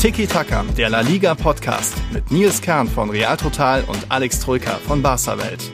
Tiki Taka, der La Liga Podcast mit Nils Kern von Real Total und Alex Troika von Barca Welt.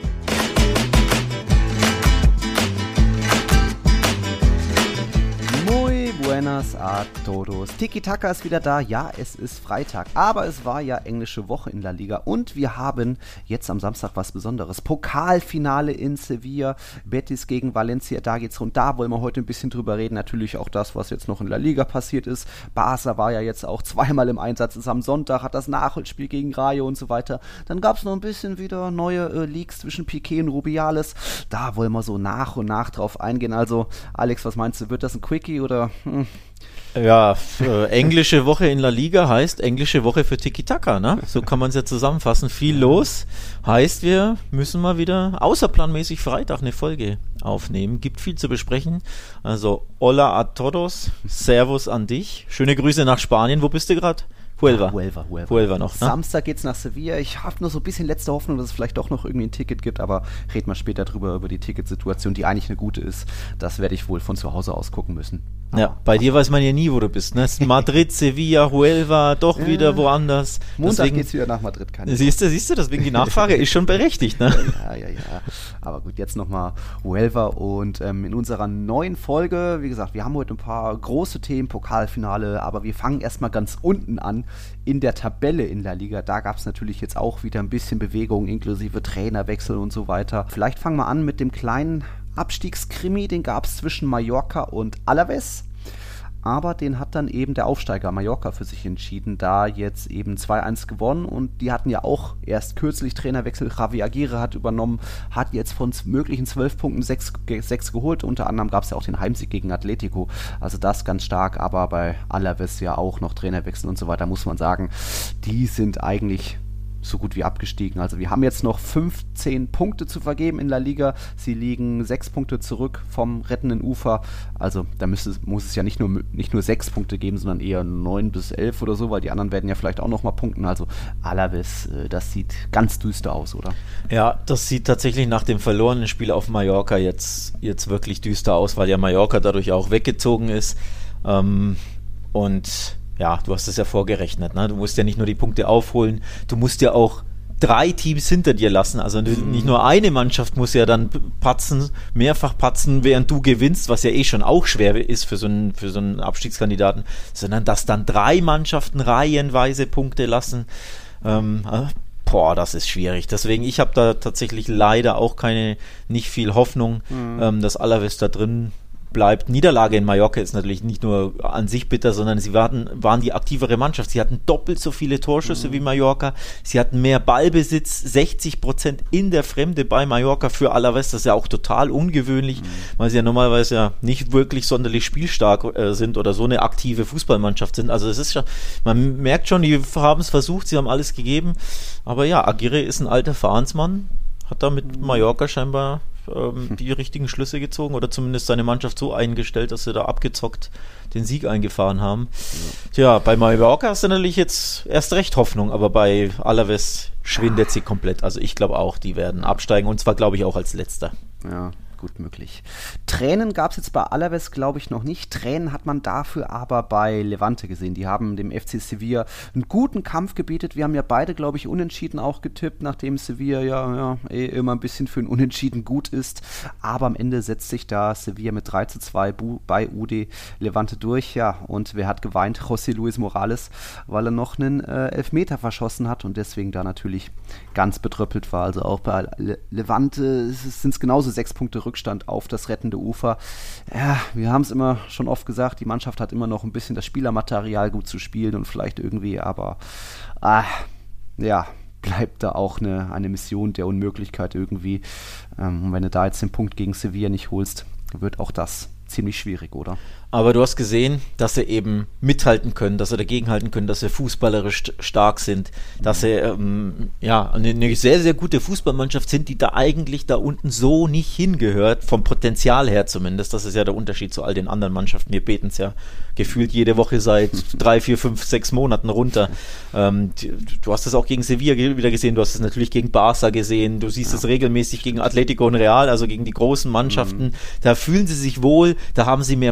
Buenas a todos. Tiki Taka ist wieder da. Ja, es ist Freitag, aber es war ja englische Woche in La Liga und wir haben jetzt am Samstag was Besonderes. Pokalfinale in Sevilla, Betis gegen Valencia, da geht's rund. Da wollen wir heute ein bisschen drüber reden. Natürlich auch das, was jetzt noch in La Liga passiert ist. Barca war ja jetzt auch zweimal im Einsatz, ist am Sonntag, hat das Nachholspiel gegen Rayo und so weiter. Dann gab's noch ein bisschen wieder neue Leaks zwischen Piqué und Rubiales. Da wollen wir so nach und nach drauf eingehen. Also, Alex, was meinst du, wird das ein Quickie oder... Ja, englische Woche in La Liga heißt englische Woche für Tiki Taka, ne? So kann man es ja zusammenfassen. Viel los heißt, wir müssen mal wieder außerplanmäßig Freitag eine Folge aufnehmen. Gibt viel zu besprechen. Also, hola a todos, servus an dich. Schöne Grüße nach Spanien. Wo bist du gerade? Huelva noch, ne? Samstag geht's nach Sevilla. Ich habe nur so ein bisschen letzte Hoffnung, dass es vielleicht doch noch irgendwie ein Ticket gibt, aber reden wir später drüber, über die Ticketsituation, die eigentlich eine gute ist. Das werde ich wohl von zu Hause aus gucken müssen. Ja, bei dir weiß man ja nie, wo du bist, ne? Madrid, Sevilla, Huelva, doch wieder woanders. Montag deswegen geht's wieder nach Madrid. Siehst du, deswegen die Nachfrage ist schon berechtigt, ne? Ja. Aber gut, jetzt nochmal Huelva und in unserer neuen Folge, wie gesagt, wir haben heute ein paar große Themen, Pokalfinale, aber wir fangen erstmal ganz unten an, in der Tabelle in La Liga. Da gab es natürlich jetzt auch wieder ein bisschen Bewegung, inklusive Trainerwechsel und so weiter. Vielleicht fangen wir an mit dem kleinen Abstiegskrimi, den gab es zwischen Mallorca und Alaves. Aber den hat dann eben der Aufsteiger Mallorca für sich entschieden, da jetzt eben 2-1 gewonnen und die hatten ja auch erst kürzlich Trainerwechsel. Javi Aguirre hat übernommen, hat jetzt von möglichen 12 Punkten 6 geholt. Unter anderem gab es ja auch den Heimsieg gegen Atletico, also das ganz stark, aber bei Alaves ja auch noch Trainerwechsel und so weiter, muss man sagen, die sind eigentlich so gut wie abgestiegen. Also wir haben jetzt noch 15 Punkte zu vergeben in La Liga. Sie liegen 6 Punkte zurück vom rettenden Ufer. Also da muss es ja nicht nur 6 Punkte geben, sondern eher 9 bis 11 oder so, weil die anderen werden ja vielleicht auch nochmal punkten. Also Alaves, das sieht ganz düster aus, oder? Ja, das sieht tatsächlich nach dem verlorenen Spiel auf Mallorca jetzt wirklich düster aus, weil ja Mallorca dadurch auch weggezogen ist. Und ja, du hast es ja vorgerechnet, ne? Du musst ja nicht nur die Punkte aufholen, du musst ja auch 3 Teams hinter dir lassen. Also nicht nur eine Mannschaft muss ja dann mehrfach patzen, während du gewinnst, was ja eh schon auch schwer ist für so einen Abstiegskandidaten, sondern dass dann 3 Mannschaften reihenweise Punkte lassen. Das ist schwierig. Deswegen, ich habe da tatsächlich leider auch nicht viel Hoffnung, dass Alaves da drin bleibt. Niederlage in Mallorca ist natürlich nicht nur an sich bitter, sondern sie waren die aktivere Mannschaft. Sie hatten doppelt so viele Torschüsse wie Mallorca. Sie hatten mehr Ballbesitz, 60% in der Fremde bei Mallorca für Alaves. Das ist ja auch total ungewöhnlich, weil sie ja normalerweise ja nicht wirklich sonderlich spielstark sind oder so eine aktive Fußballmannschaft sind. Also es ist schon, man merkt schon, die haben es versucht, sie haben alles gegeben. Aber ja, Aguirre ist ein alter Vereinsmann, hat da mit Mallorca scheinbar die richtigen Schlüsse gezogen oder zumindest seine Mannschaft so eingestellt, dass sie da abgezockt den Sieg eingefahren haben. Tja, bei Mallorca hast du natürlich jetzt erst recht Hoffnung, aber bei Alaves schwindet sie komplett. Also ich glaube auch, die werden absteigen und zwar glaube ich auch als Letzter. Ja, gut möglich. Tränen gab es jetzt bei Alaves, glaube ich, noch nicht. Tränen hat man dafür aber bei Levante gesehen. Die haben dem FC Sevilla einen guten Kampf gebietet. Wir haben ja beide, glaube ich, unentschieden auch getippt, nachdem Sevilla ja immer ein bisschen für ein Unentschieden gut ist. Aber am Ende setzt sich da Sevilla mit 3-2 bei UD Levante durch. Ja, und wer hat geweint? José Luis Morales, weil er noch einen Elfmeter verschossen hat und deswegen da natürlich ganz betröppelt war. Also auch bei Levante sind es genauso 6 Punkte Rückstand auf das rettende Ufer. Ja, wir haben es immer schon oft gesagt, die Mannschaft hat immer noch ein bisschen das Spielermaterial gut zu spielen und vielleicht irgendwie, aber bleibt da auch eine Mission der Unmöglichkeit irgendwie. Und wenn du da jetzt den Punkt gegen Sevilla nicht holst, wird auch das ziemlich schwierig, oder? Aber du hast gesehen, dass sie eben mithalten können, dass sie dagegenhalten können, dass sie fußballerisch stark sind, dass sie eine sehr, sehr gute Fußballmannschaft sind, die da eigentlich da unten so nicht hingehört, vom Potenzial her zumindest. Das ist ja der Unterschied zu all den anderen Mannschaften. Wir beten es ja gefühlt jede Woche seit 3, 4, 5, 6 Monaten runter. Du hast es auch gegen Sevilla wieder gesehen, du hast es natürlich gegen Barca gesehen, du siehst es regelmäßig gegen Atletico und Real, also gegen die großen Mannschaften. Da fühlen sie sich wohl, da haben sie mehr Platz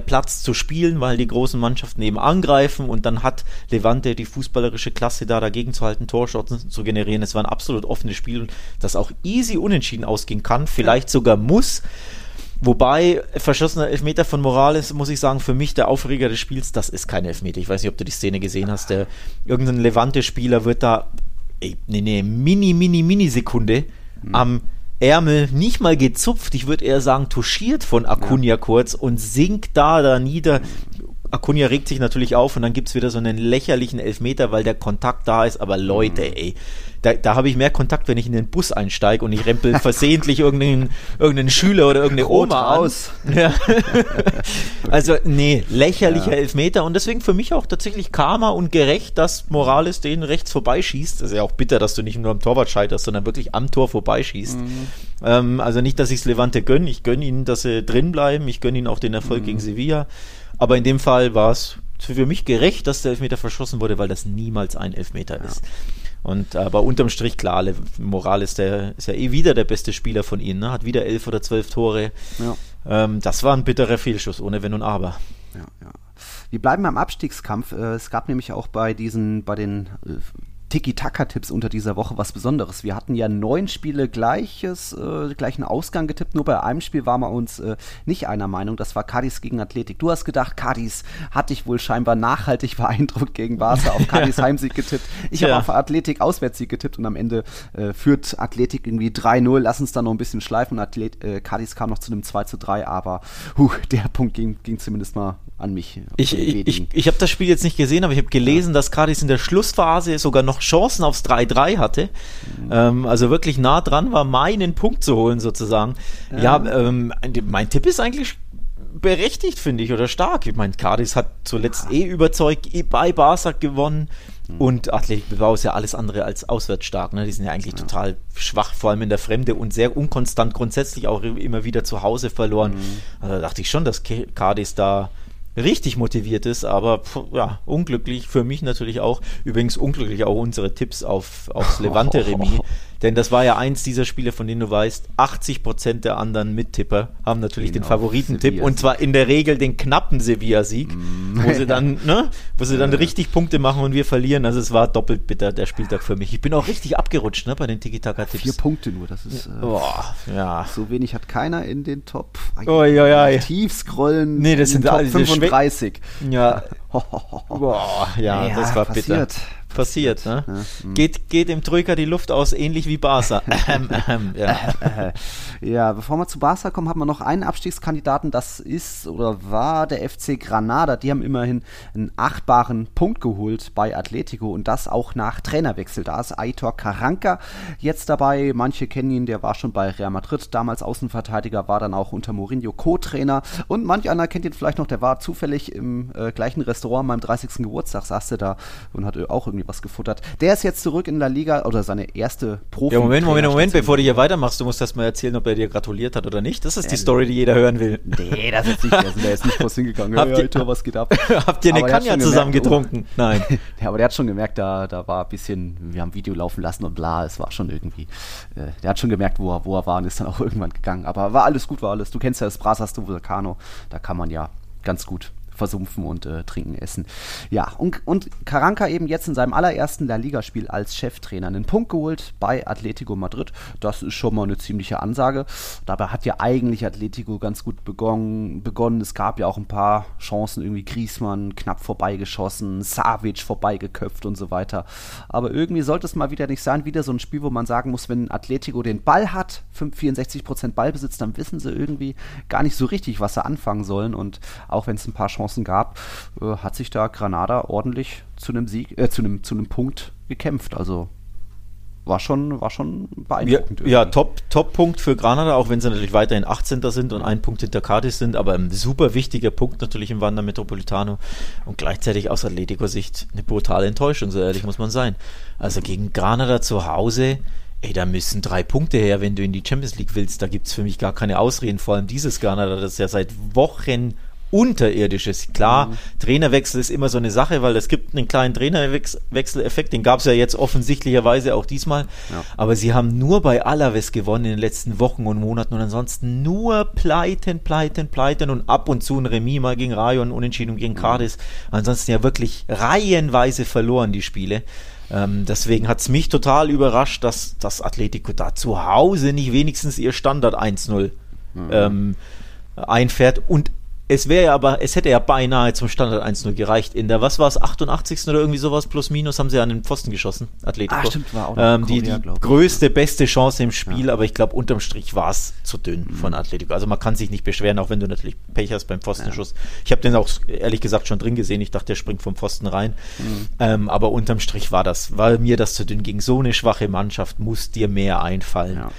zu spielen, weil die großen Mannschaften eben angreifen und dann hat Levante die fußballerische Klasse da dagegen zu halten, Torchancen zu generieren. Es war ein absolut offenes Spiel, das auch easy unentschieden ausgehen kann, vielleicht sogar muss. Wobei, verschossener Elfmeter von Morales, muss ich sagen, für mich der Aufreger des Spiels, das ist kein Elfmeter. Ich weiß nicht, ob du die Szene gesehen hast. Irgendein Levante-Spieler wird da eine Mini-Sekunde am Ärmel nicht mal gezupft, ich würde eher sagen touchiert von Acuna kurz und sinkt da nieder. Acuna regt sich natürlich auf und dann gibt es wieder so einen lächerlichen Elfmeter, weil der Kontakt da ist, aber Leute, da habe ich mehr Kontakt, wenn ich in den Bus einsteige und ich rempel versehentlich irgendeinen Schüler oder irgendeine Oma aus. Ja. Also, lächerlicher Elfmeter und deswegen für mich auch tatsächlich Karma und gerecht, dass Morales den rechts vorbeischießt. Das ist ja auch bitter, dass du nicht nur am Torwart scheiterst, sondern wirklich am Tor vorbeischießt. Also nicht, dass ich es Levante gönne, ich gönne ihnen, dass sie drin bleiben, ich gönne ihnen auch den Erfolg gegen Sevilla, aber in dem Fall war es für mich gerecht, dass der Elfmeter verschossen wurde, weil das niemals ein Elfmeter ist. Und aber unterm Strich, klar, Morales, der ist ja wieder der beste Spieler von ihnen, ne? Hat wieder 11 oder 12 Tore. Ja. Das war ein bitterer Fehlschuss, ohne Wenn und Aber. Ja. Wir bleiben beim Abstiegskampf. Es gab nämlich auch bei den Tiki-Taka-Tipps unter dieser Woche was Besonderes. Wir hatten ja 9 Spiele gleichen Ausgang getippt, nur bei einem Spiel waren wir uns nicht einer Meinung, das war Cádiz gegen Athletic. Du hast gedacht, Cádiz hat dich wohl scheinbar nachhaltig beeindruckt gegen Barca, auf Cádiz Heimsieg getippt. Ich habe auf Athletic Auswärtssieg getippt und am Ende führt Athletic irgendwie 3-0, lass uns dann noch ein bisschen schleifen und Cádiz kam noch zu einem 2-3, aber der Punkt ging zumindest mal an mich. Ich habe das Spiel jetzt nicht gesehen, aber ich habe gelesen, dass Cádiz in der Schlussphase sogar noch Chancen aufs 3-3 hatte. Also wirklich nah dran war, meinen Punkt zu holen sozusagen. Mein Tipp ist eigentlich berechtigt, finde ich, oder stark. Ich meine, Cádiz hat zuletzt überzeugt, bei Barca gewonnen und Athletic Bilbao ist ja alles andere als auswärts stark. Ne? Die sind ja eigentlich total schwach, vor allem in der Fremde und sehr unkonstant, grundsätzlich auch immer wieder zu Hause verloren. Also da dachte ich schon, dass Cádiz da richtig motiviert ist, aber unglücklich für mich natürlich auch. Übrigens unglücklich auch unsere Tipps aufs Levante-Remis, denn das war ja eins dieser Spiele, von denen du weißt, 80% der anderen Mittipper haben natürlich den Favoritentipp und zwar in der Regel den knappen Sevilla-Sieg, wo sie dann richtig Punkte machen und wir verlieren. Also es war doppelt bitter, der Spieltag für mich. Ich bin auch richtig abgerutscht bei den Tiki-Taka-Tipps. 4 Punkte nur, das ist so wenig hat keiner in den Top. Tief scrollen. Nee, das sind Top alle 35. Ja. Das war bitter. Passiert, ne? Geht dem Troika die Luft aus, ähnlich wie Barca. Ja, bevor wir zu Barca kommen, haben wir noch einen Abstiegskandidaten, das war der FC Granada. Die haben immerhin einen achtbaren Punkt geholt bei Atletico und das auch nach Trainerwechsel. Da ist Aitor Karanka jetzt dabei. Manche kennen ihn, der war schon bei Real Madrid, damals Außenverteidiger, war dann auch unter Mourinho Co-Trainer und manch einer kennt ihn vielleicht noch, der war zufällig im gleichen Restaurant an meinem 30. Geburtstag, saß der da und hat auch irgendwie was gefuttert. Der ist jetzt zurück in La Liga oder seine erste Profi. Ja, Moment, bevor du hier weitermachst, du musst erst mal erzählen, ob er dir gratuliert hat oder nicht. Das ist die Story, die jeder hören will. Nee, das ist nicht, der ist nicht groß hingegangen. Was geht ab? Habt ihr eine Kanja zusammen getrunken? Nein. Ja, aber der hat schon gemerkt, da war ein bisschen, wir haben ein Video laufen lassen und bla, es war schon irgendwie, der hat schon gemerkt, wo er war und ist dann auch irgendwann gegangen. Aber war alles gut, Du kennst ja das Brasas do Vulcano, da kann man ja ganz gut versumpfen und trinken, essen. Ja, und Karanka eben jetzt in seinem allerersten La Liga-Spiel als Cheftrainer einen Punkt geholt bei Atletico Madrid. Das ist schon mal eine ziemliche Ansage. Dabei hat ja eigentlich Atletico ganz gut begonnen. Es gab ja auch ein paar Chancen, irgendwie Griezmann knapp vorbeigeschossen, Savic vorbeigeköpft und so weiter. Aber irgendwie sollte es mal wieder nicht sein, wieder so ein Spiel, wo man sagen muss, wenn Atletico den Ball hat, 64% Ballbesitz, dann wissen sie irgendwie gar nicht so richtig, was sie anfangen sollen. Und auch wenn es ein paar Chancen gab, hat sich da Granada ordentlich zu einem Sieg, zu einem Punkt gekämpft. Also war schon beeindruckend. Ja, Top-Punkt für Granada, auch wenn sie natürlich weiterhin 18. sind und ein Punkt hinter Cádiz sind, aber ein super wichtiger Punkt natürlich im Wanda Metropolitano und gleichzeitig aus Atletico-Sicht eine brutale Enttäuschung, so ehrlich muss man sein. Also gegen Granada zu Hause, da müssen 3 Punkte her, wenn du in die Champions League willst. Da gibt es für mich gar keine Ausreden, vor allem dieses Granada, das ja seit Wochen Unterirdisches. Klar, Trainerwechsel ist immer so eine Sache, weil es gibt einen kleinen Trainerwechseleffekt, den gab es ja jetzt offensichtlicherweise auch diesmal, aber sie haben nur bei Alaves gewonnen in den letzten Wochen und Monaten und ansonsten nur Pleiten und ab und zu ein Remis mal gegen Rayo und Unentschieden gegen Cadiz. Ansonsten ja wirklich reihenweise verloren die Spiele. Deswegen hat es mich total überrascht, dass das Atletico da zu Hause nicht wenigstens ihr Standard 1-0 einfährt und es hätte ja beinahe zum Standard 1-0 gereicht. In der, was war es, 88. oder irgendwie sowas, plus minus, haben sie an den Pfosten geschossen, Atletico. Stimmt, war auch noch die größte, beste Chance im Spiel, aber ich glaube, unterm Strich war es zu dünn von Atletico. Also man kann sich nicht beschweren, auch wenn du natürlich Pech hast beim Pfostenschuss. Ich habe den auch, ehrlich gesagt, schon drin gesehen. Ich dachte, der springt vom Pfosten rein. Aber unterm Strich war mir das zu dünn. Gegen so eine schwache Mannschaft muss dir mehr einfallen. Ja.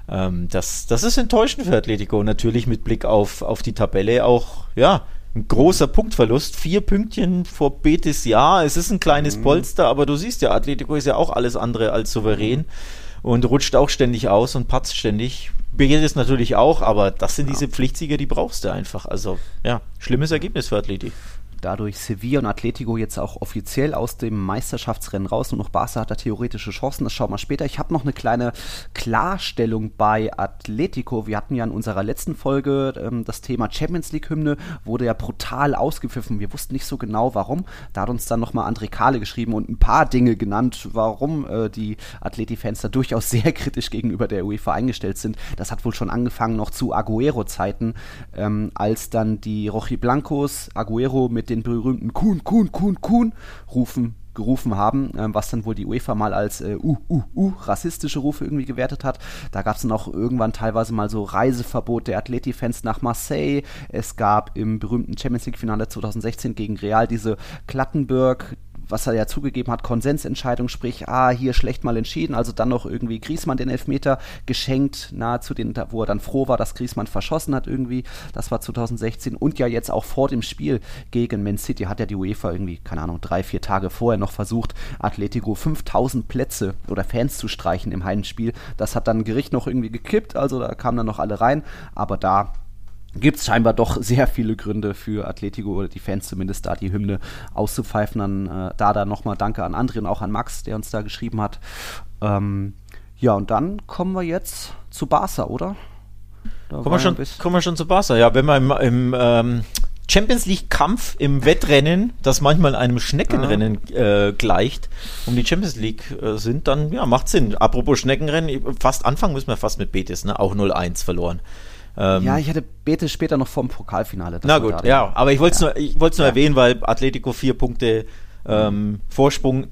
Das ist enttäuschend für Atletico. Natürlich mit Blick auf die Tabelle auch, ein großer Punktverlust. 4 Pünktchen vor Betis, es ist ein kleines Polster, aber du siehst ja, Atletico ist ja auch alles andere als souverän und rutscht auch ständig aus und patzt ständig. Betis natürlich auch, aber das sind diese Pflichtsieger, die brauchst du einfach. Also, schlimmes Ergebnis für Atleti. Dadurch Sevilla und Atletico jetzt auch offiziell aus dem Meisterschaftsrennen raus. Nur noch Barca hat da theoretische Chancen, das schauen wir später. Ich habe noch eine kleine Klarstellung bei Atletico. Wir hatten ja in unserer letzten Folge das Thema Champions League-Hymne, wurde ja brutal ausgepfiffen. Wir wussten nicht so genau, warum. Da hat uns dann nochmal André Kahle geschrieben und ein paar Dinge genannt, warum die Atleti-Fans da durchaus sehr kritisch gegenüber der UEFA eingestellt sind. Das hat wohl schon angefangen noch zu Agüero-Zeiten, als dann die Rojiblancos Agüero mit den berühmten Kun gerufen haben, was dann wohl die UEFA mal als rassistische Rufe irgendwie gewertet hat. Da gab es dann auch irgendwann teilweise mal so Reiseverbot der Atleti-Fans nach Marseille. Es gab im berühmten Champions League-Finale 2016 gegen Real diese Klattenberg, was er ja zugegeben hat, Konsensentscheidung, sprich, hier schlecht mal entschieden, also dann noch irgendwie Griezmann den Elfmeter geschenkt, nahezu wo er dann froh war, dass Griezmann verschossen hat irgendwie, das war 2016 und ja jetzt auch vor dem Spiel gegen Man City hat ja die UEFA irgendwie, keine Ahnung, 3-4 Tage vorher noch versucht, Atletico 5000 Plätze oder Fans zu streichen im Heimspiel, das hat dann Gericht noch irgendwie gekippt, also da kamen dann noch alle rein, aber da gibt es scheinbar doch sehr viele Gründe für Atletico oder die Fans zumindest da die Hymne auszupfeifen. Dann nochmal Danke an André und auch an Max, der uns da geschrieben hat. Und dann kommen wir jetzt zu Barca, oder? Kommen wir schon zu Barca. Ja, wenn wir im Champions League Kampf im Wettrennen, das manchmal einem Schneckenrennen gleicht, um die Champions League sind, dann macht Sinn. Apropos Schneckenrennen, anfangen müssen wir fast mit Betis, ne? Auch 0-1 verloren. Ich hatte Betis später noch vorm Pokalfinale. Na gut, aber ich wollte es nur erwähnen, weil Atletico 4 Punkte Vorsprung,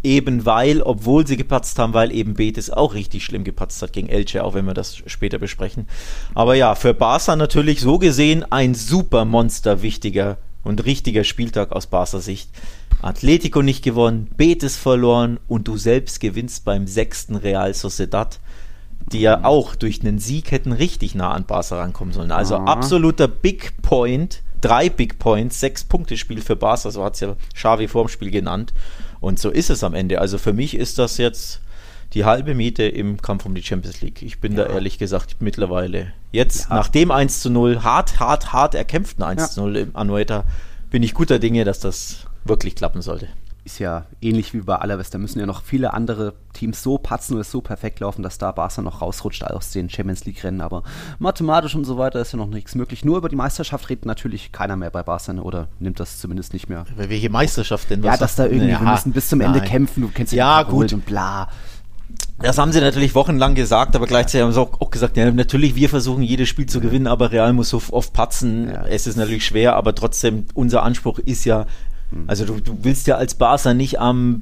obwohl sie gepatzt haben, weil eben Betis auch richtig schlimm gepatzt hat gegen Elche, auch wenn wir das später besprechen. Aber für Barca natürlich so gesehen ein super Monster wichtiger und richtiger Spieltag aus Barca Sicht. Atletico nicht gewonnen, Betis verloren und du selbst gewinnst beim 6. Real Sociedad, die ja auch durch einen Sieg hätten richtig nah an Barca rankommen sollen. Also absoluter Big Point, 3 Big Points, 6-Punkte-Spiel für Barca, so hat es ja Xavi vorm Spiel genannt. Und so ist es am Ende. Also für mich ist das jetzt die halbe Miete im Kampf um die Champions League. Ich bin da ehrlich gesagt mittlerweile jetzt nach dem 1-0, hart erkämpften 1-0 im Anoeta, bin ich guter Dinge, dass das wirklich klappen sollte. Ist ja ähnlich wie bei Alaves, da müssen ja noch viele andere Teams so patzen oder so perfekt laufen, dass da Barca noch rausrutscht aus den Champions League Rennen, aber mathematisch und so weiter ist ja noch nichts möglich. Nur über die Meisterschaft redet natürlich keiner mehr bei Barca oder nimmt das zumindest nicht mehr. Über welche Meisterschaft denn? Dass da irgendwie, wir müssen bis zum Ende kämpfen, du kennst ja gut und bla. Das haben sie natürlich wochenlang gesagt, aber gleichzeitig haben sie auch gesagt, natürlich, wir versuchen jedes Spiel zu gewinnen, aber Real muss so oft patzen. Es ist natürlich schwer, aber trotzdem, unser Anspruch ist ja, also du willst ja als Barca nicht am,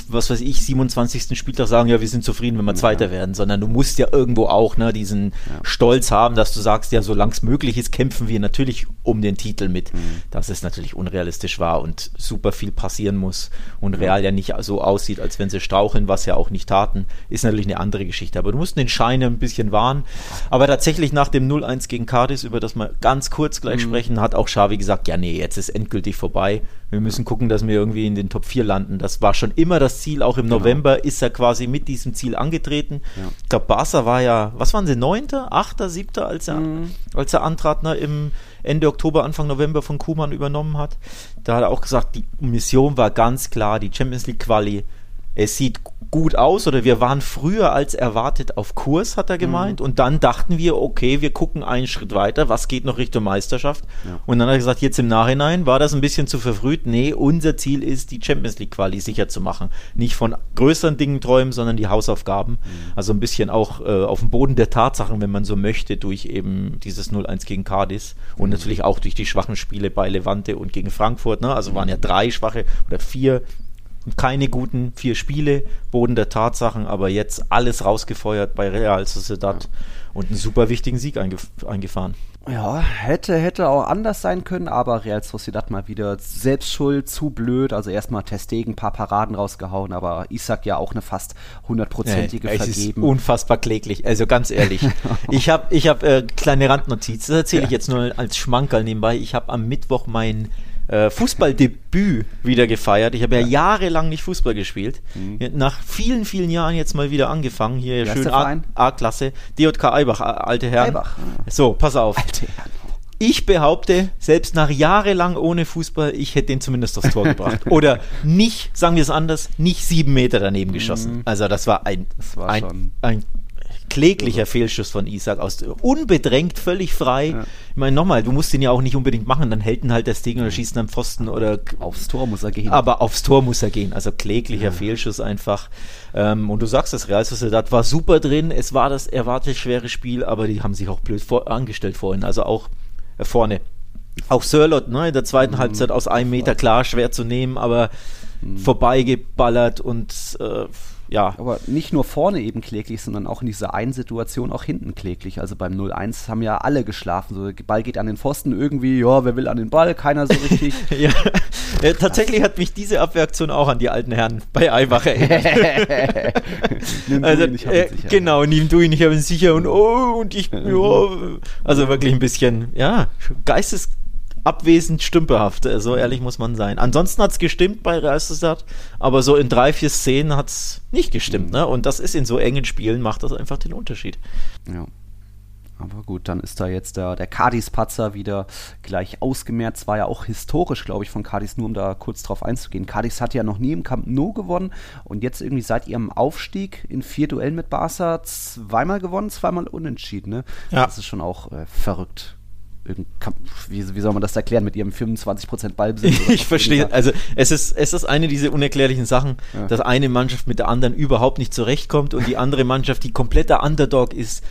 27. Spieltag sagen, wir sind zufrieden, wenn wir Zweiter werden, sondern du musst ja irgendwo auch diesen Stolz haben, dass du sagst, solange es möglich ist, kämpfen wir natürlich um den Titel mit. Dass es natürlich unrealistisch war und super viel passieren muss und Real ja nicht so aussieht, als wenn sie straucheln, was ja auch nicht taten, ist natürlich eine andere Geschichte. Aber du musst den Schein ein bisschen wahren. Aber tatsächlich nach dem 0-1 gegen Cadiz, über das wir ganz kurz gleich sprechen, hat auch Xavi gesagt, jetzt ist endgültig vorbei. Wir müssen gucken, dass wir irgendwie in den Top 4 landen. Das war schon immer das Ziel. Auch im November ist er quasi mit diesem Ziel angetreten. Ja. Ich glaube, Barca war was waren sie, 9., 8., 7., als er antrat im Ende Oktober, Anfang November von Koeman übernommen hat. Da hat er auch gesagt, die Mission war ganz klar, die Champions League Quali. Es sieht gut aus oder wir waren früher als erwartet auf Kurs, hat er gemeint. Und dann dachten wir, okay, wir gucken einen Schritt weiter, was geht noch Richtung Meisterschaft? Ja. Und dann hat er gesagt, jetzt im Nachhinein war das ein bisschen zu verfrüht. Nee, unser Ziel ist, die Champions League Quali sicher zu machen. Nicht von größeren Dingen träumen, sondern die Hausaufgaben. Also ein bisschen auch auf dem Boden der Tatsachen, wenn man so möchte, durch eben dieses 0-1 gegen Cadiz und natürlich auch durch die schwachen Spiele bei Levante und gegen Frankfurt. Ne? Also waren ja 3 schwache oder 4 keine guten 4 Spiele, Boden der Tatsachen, aber jetzt alles rausgefeuert bei Real Sociedad und einen super wichtigen Sieg eingefahren. Ja, hätte auch anders sein können, aber Real Sociedad mal wieder selbst schuld, zu blöd. Also erstmal Ter Stegen, ein paar Paraden rausgehauen, aber Isak ja auch eine fast 100%ige vergeben. Es ist unfassbar kläglich, also ganz ehrlich. Ich hab kleine Randnotiz, das erzähle ich jetzt nur als Schmankerl nebenbei. Ich habe am Mittwoch mein Fußballdebüt wieder gefeiert. Ich habe ja jahrelang nicht Fußball gespielt. Nach vielen, vielen Jahren jetzt mal wieder angefangen. Hier schön A-Klasse. DJK Eibach, alte Herren. Eibach. So, pass auf. Alte Herren. Ich behaupte, selbst nach jahrelang ohne Fußball, ich hätte den zumindest aufs Tor gebracht. Oder nicht, sagen wir es anders, nicht 7 Meter daneben geschossen. Also das war ein kläglicher Fehlschuss von Isak, unbedrängt, völlig frei. Ja. Ich meine, nochmal, du musst ihn ja auch nicht unbedingt machen, dann hält ihn halt der Stegen oder schießt ihn am Pfosten oder aufs Tor muss er gehen. Aber aufs Tor muss er gehen, also kläglicher Fehlschuss einfach. Und du sagst, das Real Sociedad war super drin, es war das erwartet schwere Spiel, aber die haben sich auch blöd angestellt vorhin, also auch vorne. Auch Sörloth, ne, in der zweiten Halbzeit aus 1 Meter, klar, schwer zu nehmen, aber vorbeigeballert und ja. Aber nicht nur vorne eben kläglich, sondern auch in dieser einen Situation auch hinten kläglich. Also beim 0-1 haben ja alle geschlafen. So, der Ball geht an den Pfosten irgendwie, ja, wer will an den Ball? Keiner so richtig. Tatsächlich hat mich diese Abwehraktion auch an die alten Herren bei Eibach erinnert. Genau, nimm du ihn, ich habe ihn sicher und ich, also wirklich ein bisschen, abwesend stümperhaft, so ehrlich muss man sein. Ansonsten hat es gestimmt bei Real Sociedad, aber so in 3, 4 Szenen hat es nicht gestimmt, ne? Und das ist in so engen Spielen, macht das einfach den Unterschied. Ja. Aber gut, dann ist da jetzt der Cadiz-Patzer wieder gleich ausgemerzt. Es war ja auch historisch, glaube ich, von Cadiz, nur um da kurz drauf einzugehen. Cadiz hat ja noch nie im Camp Nou gewonnen und jetzt irgendwie seit ihrem Aufstieg in 4 Duellen mit Barca 2-mal gewonnen, 2-mal unentschieden, ne? Ja. Das ist schon auch verrückt. Wie soll man das erklären mit ihrem 25% Ballbesitz? Ich verstehe, also es ist eine dieser unerklärlichen Sachen, dass eine Mannschaft mit der anderen überhaupt nicht zurechtkommt und die andere Mannschaft, die kompletter Underdog ist,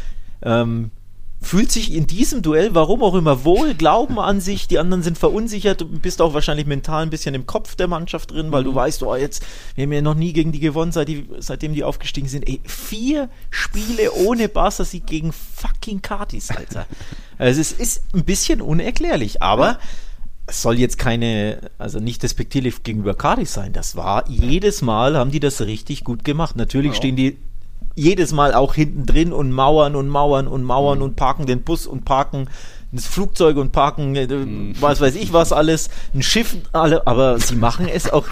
fühlt sich in diesem Duell, warum auch immer, wohl, glauben an sich, die anderen sind verunsichert, du bist auch wahrscheinlich mental ein bisschen im Kopf der Mannschaft drin, weil du weißt, wir haben ja noch nie gegen die gewonnen, seitdem die aufgestiegen sind. 4 Spiele ohne Barca-Sieg gegen fucking Cadiz, Alter. Also es ist ein bisschen unerklärlich, aber es soll jetzt nicht despektierlich gegenüber Cadiz sein, das war, jedes Mal haben die das richtig gut gemacht. Natürlich stehen die jedes Mal auch hinten drin und mauern und parken den Bus und parken das Flugzeug und parken was weiß ich was alles, ein Schiff, aber sie machen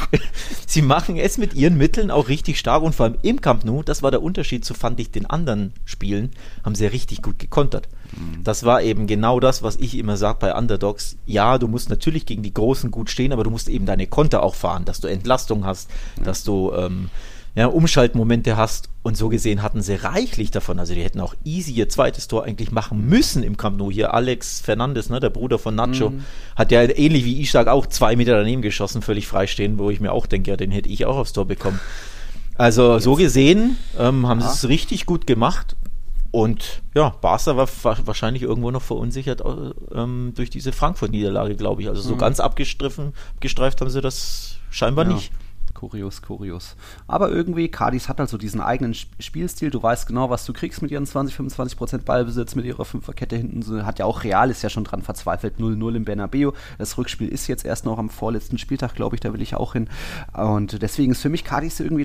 es mit ihren Mitteln auch richtig stark und vor allem im Camp Nou, das war der Unterschied zu, fand ich, den anderen Spielen, haben sie richtig gut gekontert. Das war eben genau das, was ich immer sage bei Underdogs. Ja, du musst natürlich gegen die Großen gut stehen, aber du musst eben deine Konter auch fahren, dass du Entlastung hast, dass du Umschaltmomente hast und so gesehen hatten sie reichlich davon, also die hätten auch easy ihr zweites Tor eigentlich machen müssen im Camp Nou. Hier Alex Fernandes, ne, der Bruder von Nacho, hat ja ähnlich wie Ishak auch 2 Meter daneben geschossen, völlig freistehend, wo ich mir auch denke, ja, den hätte ich auch aufs Tor bekommen. Also so gesehen haben sie es richtig gut gemacht und ja, Barca war wahrscheinlich irgendwo noch verunsichert durch diese Frankfurt-Niederlage, glaube ich, also so ganz abgestreift haben sie das scheinbar nicht. Kurios. Aber irgendwie, Cadiz hat halt so diesen eigenen Spielstil. Du weißt genau, was du kriegst mit ihren 20-25% Ballbesitz, mit ihrer Fünferkette hinten. Hat ja auch Real, ist ja schon dran verzweifelt. 0-0 im Bernabeu. Das Rückspiel ist jetzt erst noch am vorletzten Spieltag, glaube ich. Da will ich auch hin. Und deswegen ist für mich Cadiz irgendwie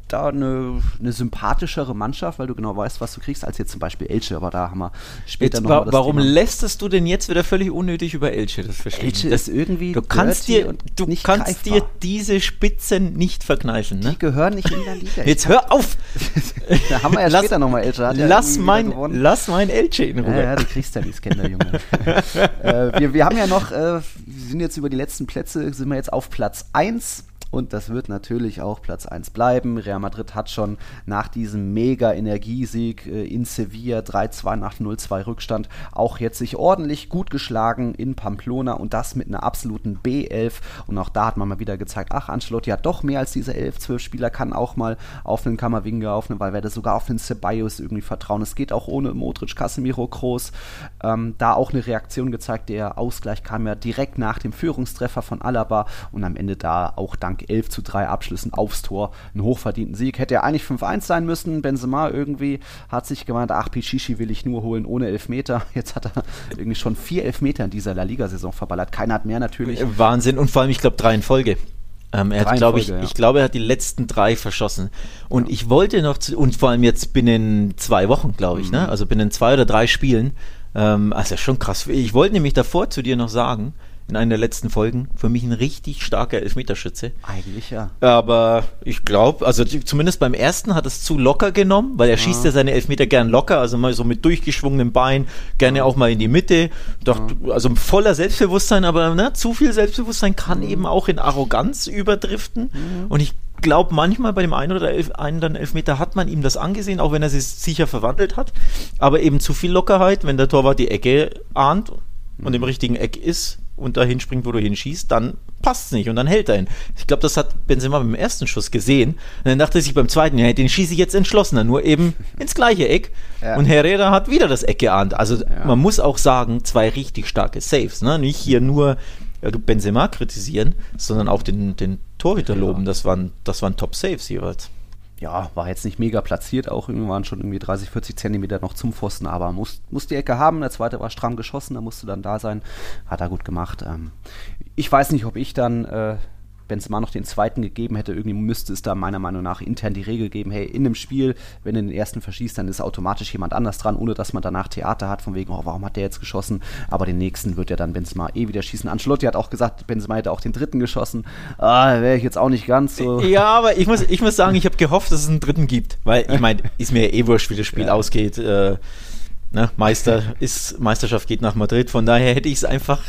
da eine sympathischere Mannschaft, weil du genau weißt, was du kriegst, als jetzt zum Beispiel Elche, aber da haben wir später jetzt, noch mal warum Thema. lästest du denn jetzt wieder völlig unnötig über Elche? Das verstehe ich. Elche ist irgendwie du kannst dir greifbar. diese Spitzen nicht verkneifen. Ne? Die gehören nicht in der Liga. Jetzt hör auf! Da haben wir ja später nochmal Elche. Lass mein Elche in Ruhe. Ja, du kriegst ja dieses Kinderjunge. Wir haben ja noch, wir sind jetzt über die letzten Plätze, sind wir jetzt auf Platz 1. Und das wird natürlich auch Platz 1 bleiben. Real Madrid hat schon nach diesem Mega-Energiesieg in Sevilla 3-2 nach 0-2 Rückstand auch jetzt sich ordentlich gut geschlagen in Pamplona und das mit einer absoluten B11. Und auch da hat man mal wieder gezeigt, Ancelotti hat doch mehr als diese 11, 12 Spieler, kann auch mal auf einen Camavinga, auf einen Valverde, sogar auf einen Ceballos irgendwie vertrauen. Es geht auch ohne Modric, Casemiro, Kroos. Da auch eine Reaktion gezeigt. Der Ausgleich kam ja direkt nach dem Führungstreffer von Alaba und am Ende da auch dank 11-3 Abschlüssen aufs Tor einen hochverdienten Sieg. Hätte ja eigentlich 5-1 sein müssen. Benzema irgendwie hat sich gemeint, Pichichi will ich nur holen ohne Elfmeter. Jetzt hat er irgendwie schon 4 Elfmeter in dieser La Liga-Saison verballert. Keiner hat mehr natürlich. Wahnsinn und vor allem, ich glaube, 3 in Folge. Ich glaube, er hat die letzten 3 verschossen. Und ich wollte noch, und vor allem jetzt binnen 2 Wochen, glaube ich, ne? Also binnen 2 oder 3 Spielen. Also schon krass. Ich wollte nämlich davor zu dir noch sagen, in einer der letzten Folgen, für mich ein richtig starker Elfmeterschütze. Eigentlich ja. Aber ich glaube, also zumindest beim ersten hat es zu locker genommen, weil er schießt ja seine Elfmeter gern locker, also mal so mit durchgeschwungenem Bein, gerne auch mal in die Mitte. Doch, also voller Selbstbewusstsein, aber zu viel Selbstbewusstsein kann eben auch in Arroganz überdriften. Und ich glaube, manchmal bei dem einen oder anderen Elfmeter hat man ihm das angesehen, auch wenn er sich sicher verwandelt hat. Aber eben zu viel Lockerheit, wenn der Torwart die Ecke ahnt und im richtigen Eck ist und dahin springt, wo du hinschießt, dann passt es nicht und dann hält er ihn. Ich glaube, das hat Benzema beim ersten Schuss gesehen und dann dachte er sich beim zweiten, ja, den schieße ich jetzt entschlossener, nur eben ins gleiche Eck und Herrera hat wieder das Eck geahnt. Also man muss auch sagen, 2 richtig starke Saves, ne? Nicht hier nur Benzema kritisieren, sondern auch den Torhüter loben. Das waren Top-Saves jeweils. Ja, war jetzt nicht mega platziert, auch waren schon irgendwie 30, 40 Zentimeter noch zum Pfosten, aber muss die Ecke haben, der zweite war stramm geschossen, da musste dann da sein, hat er gut gemacht. Ich weiß nicht, ob ich dann Benzema noch den zweiten gegeben hätte, irgendwie müsste es da meiner Meinung nach intern die Regel geben, hey, in einem Spiel, wenn du den ersten verschießt, dann ist automatisch jemand anders dran, ohne dass man danach Theater hat, von wegen, warum hat der jetzt geschossen, aber den nächsten wird ja dann Benzema wieder schießen. Ancelotti hat auch gesagt, Benzema hätte auch den dritten geschossen, wäre ich jetzt auch nicht ganz so. Ja, aber ich muss sagen, ich habe gehofft, dass es einen dritten gibt, weil ich meine, ist mir wurscht, wie das Spiel ausgeht, Meisterschaft geht nach Madrid, von daher hätte ich es einfach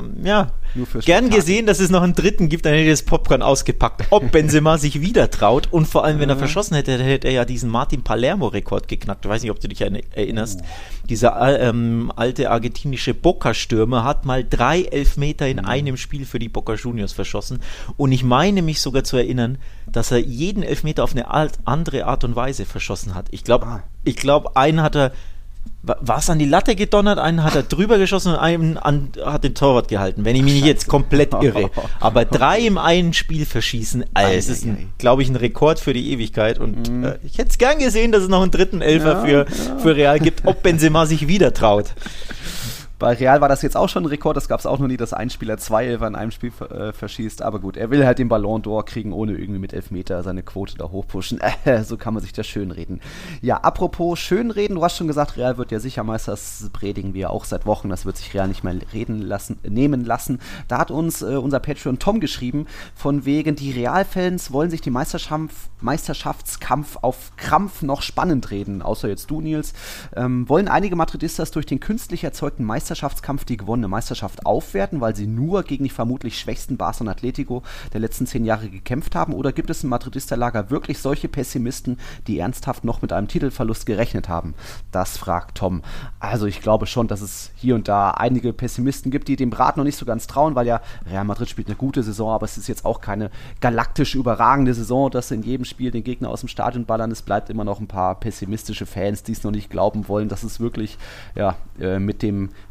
gern gesehen, dass es noch einen dritten gibt, dann hätte ich das Popcorn ausgepackt. Ob Benzema sich wieder traut und vor allem, wenn er verschossen hätte, hätte er ja diesen Martin Palermo-Rekord geknackt. Ich weiß nicht, ob du dich erinnerst. Dieser alte argentinische Boca-Stürmer hat mal 3 Elfmeter in einem Spiel für die Boca Juniors verschossen und ich meine mich sogar zu erinnern, dass er jeden Elfmeter auf eine andere Art und Weise verschossen hat. Ich glaube, einen hat er war es an die Latte gedonnert, einen hat er drüber geschossen und einen hat den Torwart gehalten, wenn ich mich nicht jetzt komplett irre. Aber 3 im einen Spiel verschießen, es ist, glaube ich, ein Rekord für die Ewigkeit und ich hätte es gern gesehen, dass es noch einen dritten Elfer für Real gibt, ob Benzema sich wieder traut. Bei Real war das jetzt auch schon ein Rekord, das gab es auch noch nie, dass ein Spieler 2 Elfer in einem Spiel verschießt, aber gut, er will halt den Ballon d'Or kriegen, ohne irgendwie mit Elfmeter seine Quote da hochpushen, so kann man sich das schönreden. Ja, apropos schönreden, du hast schon gesagt, Real wird ja sicher Meister, das predigen wir auch seit Wochen, das wird sich Real nicht mehr nehmen lassen. Da hat uns unser Patreon Tom geschrieben, von wegen, die Real-Fans wollen sich den Meisterschaftskampf auf Krampf noch spannend reden, außer jetzt du, Nils, wollen einige Madridistas durch den künstlich erzeugten Meisterschaftskampf die gewonnene Meisterschaft aufwerten, weil sie nur gegen die vermutlich schwächsten Barca und Atletico der letzten 10 Jahre gekämpft haben? Oder gibt es im Madridisterlager wirklich solche Pessimisten, die ernsthaft noch mit einem Titelverlust gerechnet haben? Das fragt Tom. Also ich glaube schon, dass es hier und da einige Pessimisten gibt, die dem Rat noch nicht so ganz trauen, weil ja Real Madrid spielt eine gute Saison, aber es ist jetzt auch keine galaktisch überragende Saison, dass sie in jedem Spiel den Gegner aus dem Stadion ballern. Es bleibt immer noch ein paar pessimistische Fans, die es noch nicht glauben wollen, dass es wirklich mit dem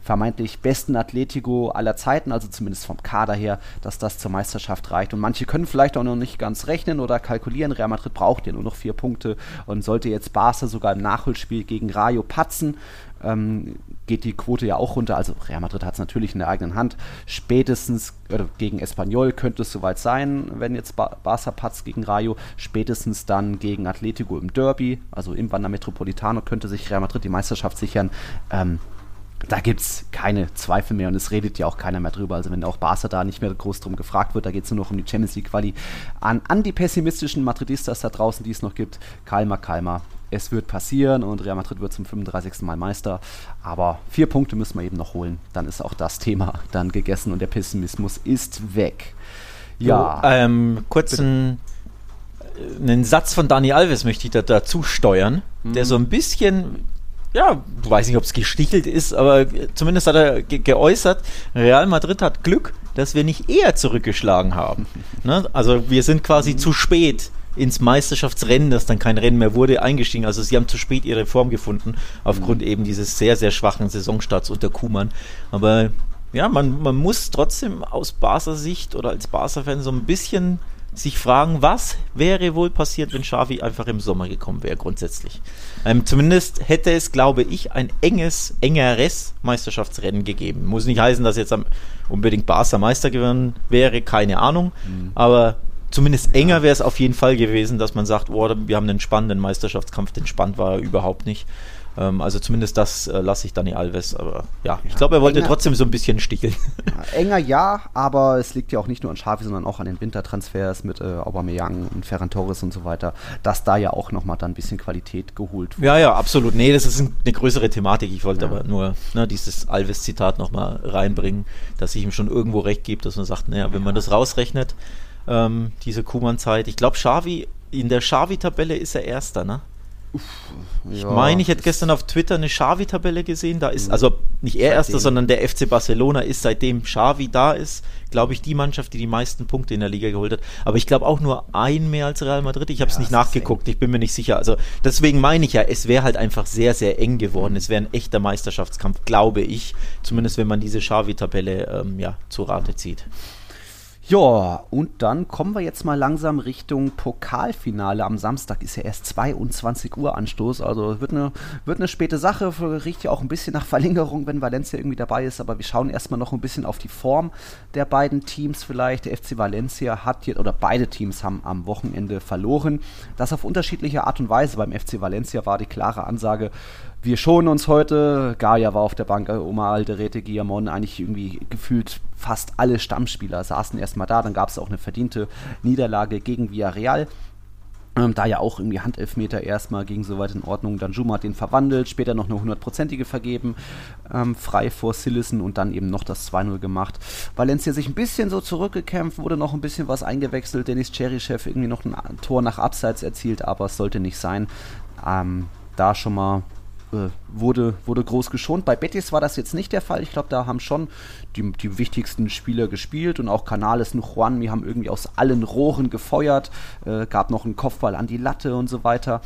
vermeintlich besten Atletico aller Zeiten, also zumindest vom Kader her, dass das zur Meisterschaft reicht. Und manche können vielleicht auch noch nicht ganz rechnen oder kalkulieren. Real Madrid braucht ja nur noch 4 Punkte und sollte jetzt Barca sogar im Nachholspiel gegen Rayo patzen, geht die Quote ja auch runter. Also Real Madrid hat es natürlich in der eigenen Hand. Spätestens gegen Espanyol könnte es soweit sein, wenn jetzt Barca patzt gegen Rayo. Spätestens dann gegen Atletico im Derby, also im Wanda Metropolitano, könnte sich Real Madrid die Meisterschaft sichern. Da gibt es keine Zweifel mehr und es redet ja auch keiner mehr drüber. Also wenn auch Barca da nicht mehr groß drum gefragt wird, da geht es nur noch um die Champions League Quali. An die pessimistischen Madridistas da draußen, die es noch gibt, kalma. Es wird passieren und Real Madrid wird zum 35. Mal Meister. Aber 4 Punkte müssen wir eben noch holen. Dann ist auch das Thema dann gegessen und der Pessimismus ist weg. Ja. Einen Satz von Dani Alves möchte ich dazu steuern, der so ein bisschen, ja, ich weiß nicht, ob es gestichelt ist, aber zumindest hat er geäußert, Real Madrid hat Glück, dass wir nicht eher zurückgeschlagen haben. Ne? Also wir sind quasi zu spät ins Meisterschaftsrennen, das dann kein Rennen mehr wurde, eingestiegen. Also sie haben zu spät ihre Form gefunden, aufgrund eben dieses sehr, sehr schwachen Saisonstarts unter Koeman. Aber ja, man muss trotzdem aus Barca-Sicht oder als Barca-Fan so ein bisschen sich fragen, was wäre wohl passiert, wenn Xavi einfach im Sommer gekommen wäre, grundsätzlich. Zumindest hätte es, glaube ich, ein engeres Meisterschaftsrennen gegeben. Muss nicht heißen, dass jetzt unbedingt Barca Meister geworden wäre, keine Ahnung, aber zumindest enger wäre es auf jeden Fall gewesen, dass man sagt, oh, wir haben einen spannenden Meisterschaftskampf, den spannend war er überhaupt nicht. Also zumindest das lasse ich Dani Alves, aber ja, ich glaube, er wollte trotzdem so ein bisschen sticheln. Ja, enger ja, aber es liegt ja auch nicht nur an Xavi, sondern auch an den Wintertransfers mit Aubameyang und Ferran Torres und so weiter, dass da ja auch nochmal dann ein bisschen Qualität geholt wurde. Ja, absolut. Nee, das ist eine größere Thematik. Ich wollte aber nur dieses Alves-Zitat nochmal reinbringen, dass ich ihm schon irgendwo recht gebe, dass man sagt, naja, wenn man das rausrechnet, diese Koeman-Zeit, ich glaube, in der Xavi-Tabelle ist er Erster, ne? Ich meine, ich hätte gestern auf Twitter eine Xavi-Tabelle gesehen, da ist, also nicht er Erster, sondern der FC Barcelona ist, seitdem Xavi da ist, glaube ich, die Mannschaft, die meisten Punkte in der Liga geholt hat, aber ich glaube auch nur ein mehr als Real Madrid, ich habe es nicht nachgeguckt, ich bin mir nicht sicher, also deswegen meine ich ja, es wäre halt einfach sehr, sehr eng geworden, es wäre ein echter Meisterschaftskampf, glaube ich, zumindest wenn man diese Xavi-Tabelle zu Rate zieht. Ja, und dann kommen wir jetzt mal langsam Richtung Pokalfinale. Am Samstag ist ja erst 22 Uhr Anstoß, also wird eine späte Sache, riecht ja auch ein bisschen nach Verlängerung, wenn Valencia irgendwie dabei ist, aber wir schauen erstmal noch ein bisschen auf die Form der beiden Teams vielleicht. Der FC Valencia beide Teams haben am Wochenende verloren. Das auf unterschiedliche Art und Weise. Beim FC Valencia war die klare Ansage, wir schonen uns heute. Gaia war auf der Bank, Omar Alderete, Guillamon, eigentlich irgendwie gefühlt fast alle Stammspieler saßen erstmal da. Dann gab es auch eine verdiente Niederlage gegen Villarreal. Da ja auch irgendwie Handelfmeter erstmal ging soweit in Ordnung. Danjuma hat den verwandelt, später noch eine 100%ige vergeben, frei vor Sillissen und dann eben noch das 2-0 gemacht. Valencia sich ein bisschen so zurückgekämpft, wurde noch ein bisschen was eingewechselt. Dennis Cheryshev irgendwie noch ein Tor nach Abseits erzielt, aber es sollte nicht sein. Da schon mal wurde groß geschont. Bei Betis war das jetzt nicht der Fall. Ich glaube, da haben schon die wichtigsten Spieler gespielt und auch Canales und Juanmi haben irgendwie aus allen Rohren gefeuert. Gab noch einen Kopfball an die Latte und so weiter.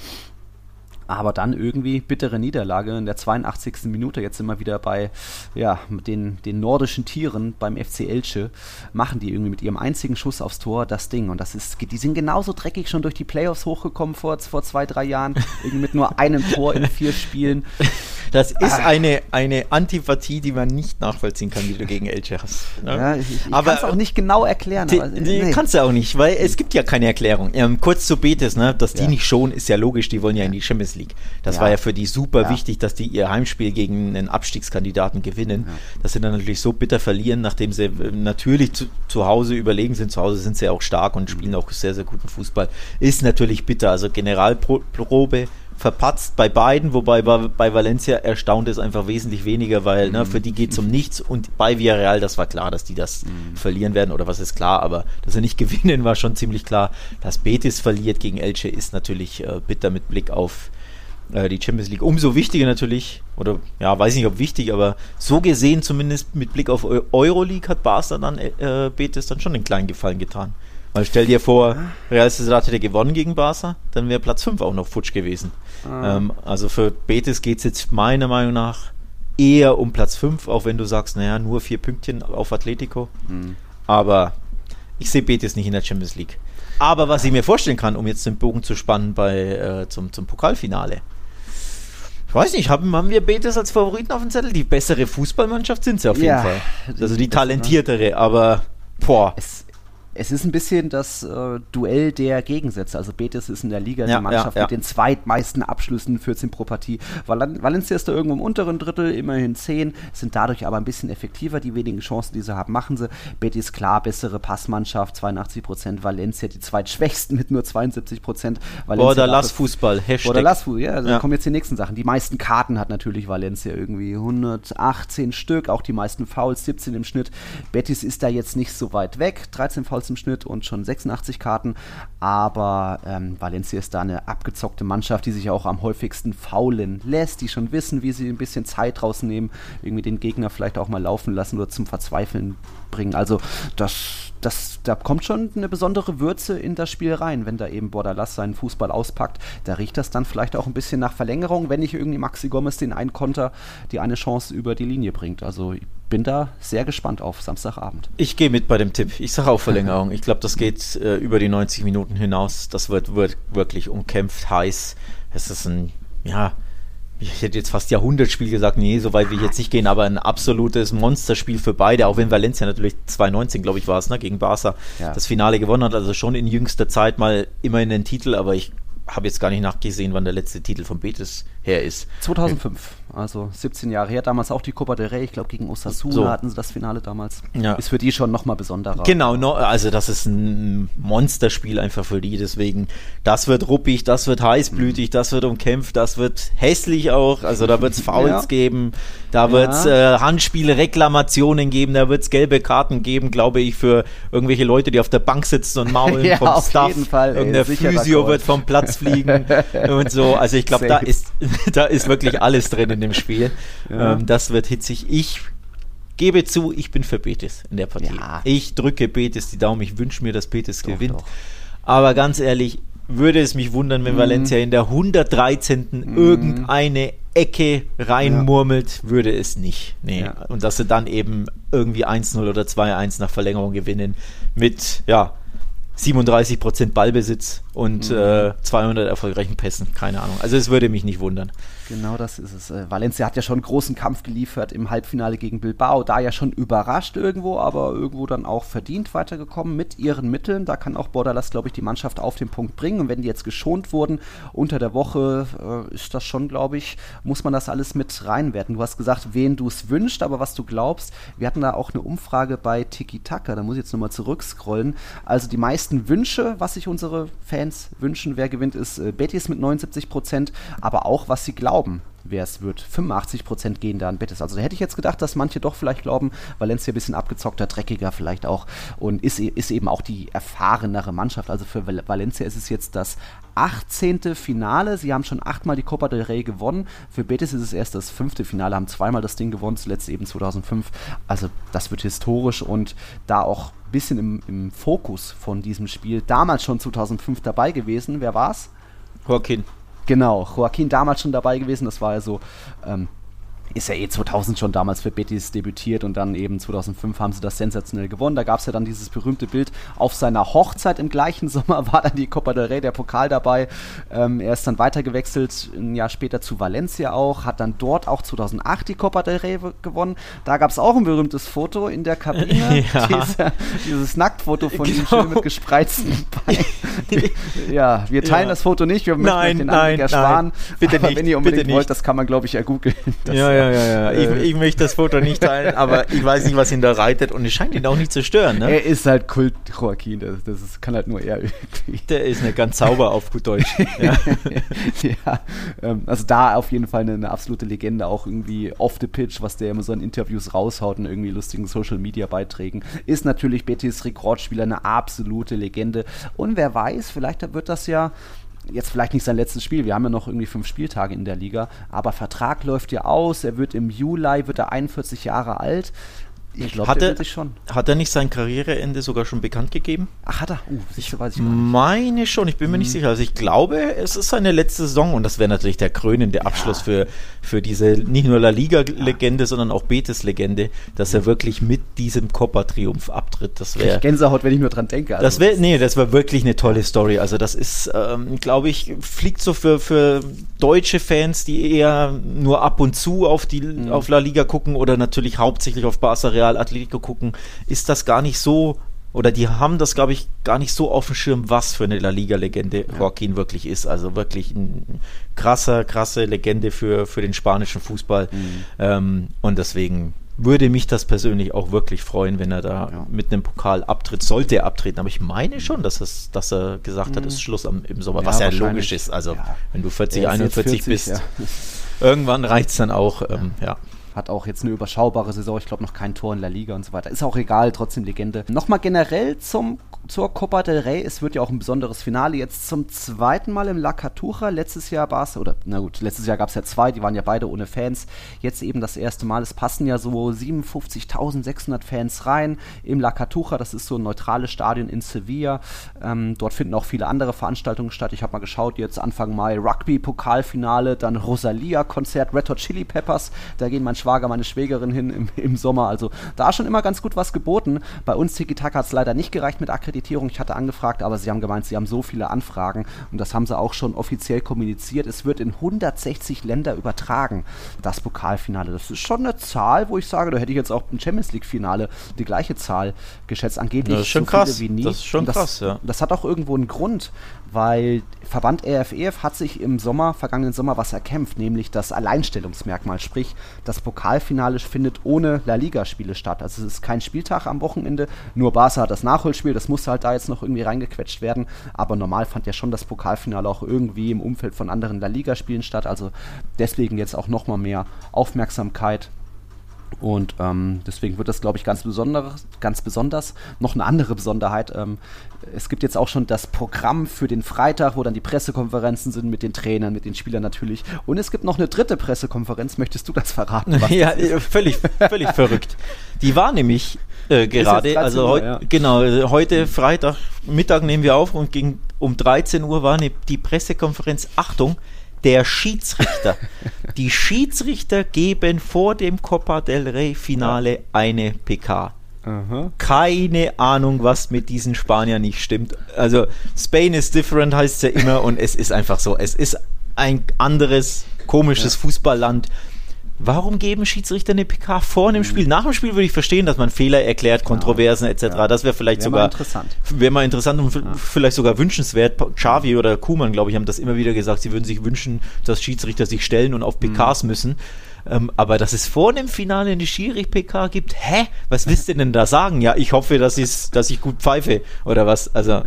Aber dann irgendwie bittere Niederlage in der 82. Minute. Jetzt sind wir wieder bei den nordischen Tieren beim FC Elche. Machen die irgendwie mit ihrem einzigen Schuss aufs Tor das Ding. Und die sind genauso dreckig schon durch die Playoffs hochgekommen vor 2-3 Jahren. Irgendwie mit nur einem Tor in 4 Spielen. Das ist eine Antipathie, die man nicht nachvollziehen kann, die du gegen Elche hast. Ne? Ja, ich kann es auch nicht genau erklären. Kannst du auch nicht, weil es gibt ja keine Erklärung. Kurz zu Betis, ne? Dass die nicht schonen, ist ja logisch, die wollen ja in die Champions League. Das war ja für die super wichtig, dass die ihr Heimspiel gegen einen Abstiegskandidaten gewinnen. Ja. Dass sie dann natürlich so bitter verlieren, nachdem sie natürlich zu Hause überlegen sind. Zu Hause sind sie ja auch stark und spielen auch sehr, sehr guten Fußball. Ist natürlich bitter. Also Generalprobe verpatzt bei beiden, wobei bei Valencia erstaunt es einfach wesentlich weniger, weil für die geht es um nichts und bei Villarreal, das war klar, dass die das verlieren werden, oder was ist klar, aber dass sie nicht gewinnen, war schon ziemlich klar. Dass Betis verliert gegen Elche ist natürlich bitter mit Blick auf die Champions League. Umso wichtiger natürlich, oder weiß nicht, ob wichtig, aber so gesehen zumindest mit Blick auf Euroleague hat Barca dann Betis dann schon einen kleinen Gefallen getan. Weil stell dir vor, Real Sociedad hätte gewonnen gegen Barca, dann wäre Platz 5 auch noch futsch gewesen. Also für Betis geht es jetzt meiner Meinung nach eher um Platz 5, auch wenn du sagst, naja, nur 4 Pünktchen auf Atletico. Aber ich sehe Betis nicht in der Champions League. Aber was ich mir vorstellen kann, um jetzt den Bogen zu spannen zum Pokalfinale. Ich weiß nicht, haben wir Betis als Favoriten auf dem Zettel? Die bessere Fußballmannschaft sind sie auf jeden Fall. Also die talentiertere, aber boah. Es ist ein bisschen das Duell der Gegensätze. Also Betis ist in der Liga die Mannschaft mit den zweitmeisten Abschlüssen, 14 pro Partie. Valencia ist da irgendwo im unteren Drittel, immerhin 10, sind dadurch aber ein bisschen effektiver. Die wenigen Chancen, die sie haben, machen sie. Betis, klar, bessere Passmannschaft, 82%. Valencia, die zweitschwächsten mit nur 72%. Borderlass-Fußball, Hashtag. Borderlass-Fußball, ja, da kommen jetzt die nächsten Sachen. Die meisten Karten hat natürlich Valencia irgendwie, 118 Stück, auch die meisten Fouls, 17 im Schnitt. Betis ist da jetzt nicht so weit weg, 13 Fouls im Schnitt und schon 86 Karten, aber Valencia ist da eine abgezockte Mannschaft, die sich auch am häufigsten faulen lässt, die schon wissen, wie sie ein bisschen Zeit rausnehmen, irgendwie den Gegner vielleicht auch mal laufen lassen oder zum Verzweifeln bringen. Also da kommt schon eine besondere Würze in das Spiel rein, wenn da eben Bordalas seinen Fußball auspackt. Da riecht das dann vielleicht auch ein bisschen nach Verlängerung, wenn nicht irgendwie Maxi Gomez den einen Konter, die eine Chance über die Linie bringt. Also ich bin da sehr gespannt auf Samstagabend. Ich gehe mit bei dem Tipp. Ich sage auch Verlängerung. Ich glaube, das geht über die 90 Minuten hinaus. Das wird wirklich umkämpft, heiß. Es ist ich hätte jetzt fast Jahrhundertspiel gesagt, nee, so weit will ich jetzt nicht gehen, aber ein absolutes Monsterspiel für beide, auch wenn Valencia natürlich 2019, glaube ich, war es, gegen Barca das Finale gewonnen hat, also schon in jüngster Zeit mal immerhin den Titel, aber ich habe jetzt gar nicht nachgesehen, wann der letzte Titel von Betis her ist. 2005, also 17 Jahre her, damals auch die Copa del Rey, ich glaube gegen Osasuna hatten sie das Finale damals. Ja. Ist für die schon nochmal besonderer. Genau, also das ist ein Monsterspiel einfach für die, deswegen, das wird ruppig, das wird heißblütig, das wird umkämpft, das wird hässlich auch, also da wird es Fouls geben, da wird es Handspiele, Reklamationen geben, da wird es gelbe Karten geben, glaube ich, für irgendwelche Leute, die auf der Bank sitzen und maulen vom auf Staff. Jeden Fall, irgendein Physio wird vom Platz fliegen und so, also ich glaube, da ist wirklich alles drin in dem Spiel. Ja. Das wird hitzig. Ich gebe zu, ich bin für Betis in der Partie. Ja. Ich drücke Betis die Daumen, ich wünsche mir, dass Betis gewinnt. Doch. Aber ganz ehrlich, würde es mich wundern, wenn Valencia in der 113. irgendeine Ecke reinmurmelt, würde es nicht. Nee. Ja. Und dass sie dann eben irgendwie 1-0 oder 2-1 nach Verlängerung gewinnen mit, 37% Ballbesitz und 200 erfolgreichen Pässen, keine Ahnung. Also es würde mich nicht wundern. Genau das ist es. Valencia hat ja schon einen großen Kampf geliefert im Halbfinale gegen Bilbao, da ja schon überrascht irgendwo, aber irgendwo dann auch verdient weitergekommen mit ihren Mitteln. Da kann auch Bordalas, glaube ich, die Mannschaft auf den Punkt bringen. Und wenn die jetzt geschont wurden unter der Woche, ist das schon, glaube ich, muss man das alles mit reinwerten. Du hast gesagt, wen du es wünschst, aber was du glaubst. Wir hatten da auch eine Umfrage bei Tiki Taka, da muss ich jetzt nochmal zurückscrollen. Also die meisten Wünsche, was sich unsere Fans wünschen, wer gewinnt, ist Betis mit 79%, aber auch, was sie glauben, wer es wird. 85% gehen da an Betis. Also da hätte ich jetzt gedacht, dass manche doch vielleicht glauben, Valencia ein bisschen abgezockter, dreckiger vielleicht auch und ist eben auch die erfahrenere Mannschaft. Also für Valencia ist es jetzt das 18. Finale. Sie haben schon 8-mal die Copa del Rey gewonnen. Für Betis ist es erst das 5. Finale, haben 2-mal das Ding gewonnen, zuletzt eben 2005. Also das wird historisch und da auch ein bisschen im Fokus von diesem Spiel. Damals schon 2005 dabei gewesen. Wer war's? Joaquin. Genau, Joaquin damals schon dabei gewesen, das war ja so, ist ja 2000 schon damals für Betis debütiert und dann eben 2005 haben sie das sensationell gewonnen. Da gab es ja dann dieses berühmte Bild auf seiner Hochzeit im gleichen Sommer, war dann die Copa del Rey, der Pokal dabei. Er ist dann weitergewechselt, ein Jahr später zu Valencia auch, hat dann dort auch 2008 die Copa del Rey gewonnen. Da gab es auch ein berühmtes Foto in der Kabine, dieses Nacktfoto von ihm schön mit gespreizten Beinen. Ja, wir teilen das Foto nicht, wir möchten euch den Anblick ersparen. Bitte aber nicht, wenn ihr unbedingt wollt, das kann man, glaube ich, googeln. Ja. Ich möchte das Foto nicht teilen, aber ich weiß nicht, was ihn da reitet und es scheint ihn auch nicht zu stören. Ne? Er ist halt Kult, Joaquin, das kann halt nur er irgendwie. Der ist eine ganz sauber auf gut Deutsch. Ja. Also da auf jeden Fall eine absolute Legende, auch irgendwie off the pitch, was der immer so in Interviews raushaut und irgendwie lustigen Social-Media-Beiträgen. Ist natürlich Betis Rekordspieler, eine absolute Legende. Und wer weiß, vielleicht wird das ja jetzt vielleicht nicht sein letztes Spiel, wir haben ja noch irgendwie 5 Spieltage in der Liga, aber Vertrag läuft ja aus, er wird im Juli, wird er 41 Jahre alt. Ich glaube, der will sich schon. Hat er nicht sein Karriereende sogar schon bekannt gegeben? Ach, hat er? Ich weiß ich meine schon, ich bin mir nicht sicher. Also ich glaube, es ist seine letzte Saison und das wäre natürlich der krönende Abschluss für diese nicht nur La Liga-Legende, sondern auch Betis-Legende, dass er wirklich mit diesem Copa-Triumph abtritt. Das wäre Gänsehaut, wenn ich nur dran denke. Also das war wirklich eine tolle Story. Also das ist, glaube ich, fliegt so für deutsche Fans, die eher nur ab und zu auf La Liga gucken oder natürlich hauptsächlich auf Barca Real Atletico gucken, ist das gar nicht so, oder die haben das, glaube ich, gar nicht so auf dem Schirm, was für eine La Liga-Legende Joaquin wirklich ist. Also wirklich eine krasse Legende für den spanischen Fußball. Und deswegen würde mich das persönlich auch wirklich freuen, wenn er da mit einem Pokal abtritt. Sollte er abtreten, aber ich meine schon, dass er gesagt hat, es ist Schluss im Sommer, was ja logisch ist. Also wenn du 41 bist, irgendwann reicht es dann auch. Hat auch jetzt eine überschaubare Saison, ich glaube noch kein Tor in La Liga und so weiter. Ist auch egal, trotzdem Legende. Nochmal generell zur Copa del Rey. Es wird ja auch ein besonderes Finale jetzt zum zweiten Mal im La Cartuja. Letztes Jahr gab es ja 2, die waren ja beide ohne Fans. Jetzt eben das erste Mal. Es passen ja so 57.600 Fans rein im La Cartuja. Das ist so ein neutrales Stadion in Sevilla. Dort finden auch viele andere Veranstaltungen statt. Ich habe mal geschaut, jetzt Anfang Mai Rugby-Pokalfinale, dann Rosalia-Konzert, Red Hot Chili Peppers. Da gehen mein Schwager, meine Schwägerin hin im Sommer. Also da schon immer ganz gut was geboten. Bei uns Tiki-Taka hat es leider nicht gereicht mit Akkreditierung. Ich hatte angefragt, aber sie haben gemeint, sie haben so viele Anfragen und das haben sie auch schon offiziell kommuniziert. Es wird in 160 Länder übertragen, das Pokalfinale. Das ist schon eine Zahl, wo ich sage, da hätte ich jetzt auch im Champions-League-Finale die gleiche Zahl geschätzt. Angeblich das ist schon so krass. Viele wie nie. Das ist schon krass, ja. Das hat auch irgendwo einen Grund, weil Verband RFEF hat sich im vergangenen Sommer was erkämpft, nämlich das Alleinstellungsmerkmal, sprich das Pokalfinale findet ohne La Liga-Spiele statt. Also es ist kein Spieltag am Wochenende, nur Barca hat das Nachholspiel, das musste halt da jetzt noch irgendwie reingequetscht werden, aber normal fand ja schon das Pokalfinale auch irgendwie im Umfeld von anderen La Liga-Spielen statt, also deswegen jetzt auch nochmal mehr Aufmerksamkeit. Und deswegen wird das, glaube ich, ganz besonders. Noch eine andere Besonderheit, es gibt jetzt auch schon das Programm für den Freitag, wo dann die Pressekonferenzen sind mit den Trainern, mit den Spielern natürlich. Und es gibt noch eine dritte Pressekonferenz. Möchtest du das verraten? Ja, völlig verrückt. Die war nämlich gerade, also heute Freitag Mittag nehmen wir auf und um 13 Uhr war die Pressekonferenz. Achtung, der Schiedsrichter. Die Schiedsrichter geben vor dem Copa del Rey Finale eine PK. Aha. Keine Ahnung, was mit diesen Spaniern nicht stimmt. Also Spain is different heißt es ja immer und es ist einfach so. Es ist ein anderes, komisches Fußballland. Warum geben Schiedsrichter eine PK vor dem Spiel? Nach dem Spiel würde ich verstehen, dass man Fehler erklärt, Kontroversen etc. Ja. Das wäre vielleicht wäre mal interessant und vielleicht sogar wünschenswert. Xavi oder Koeman, glaube ich, haben das immer wieder gesagt. Sie würden sich wünschen, dass Schiedsrichter sich stellen und auf PKs müssen. Aber dass es vor dem Finale eine Schiri-PK gibt, was willst du denn da sagen? Ja, ich hoffe, dass ich gut pfeife oder was. Also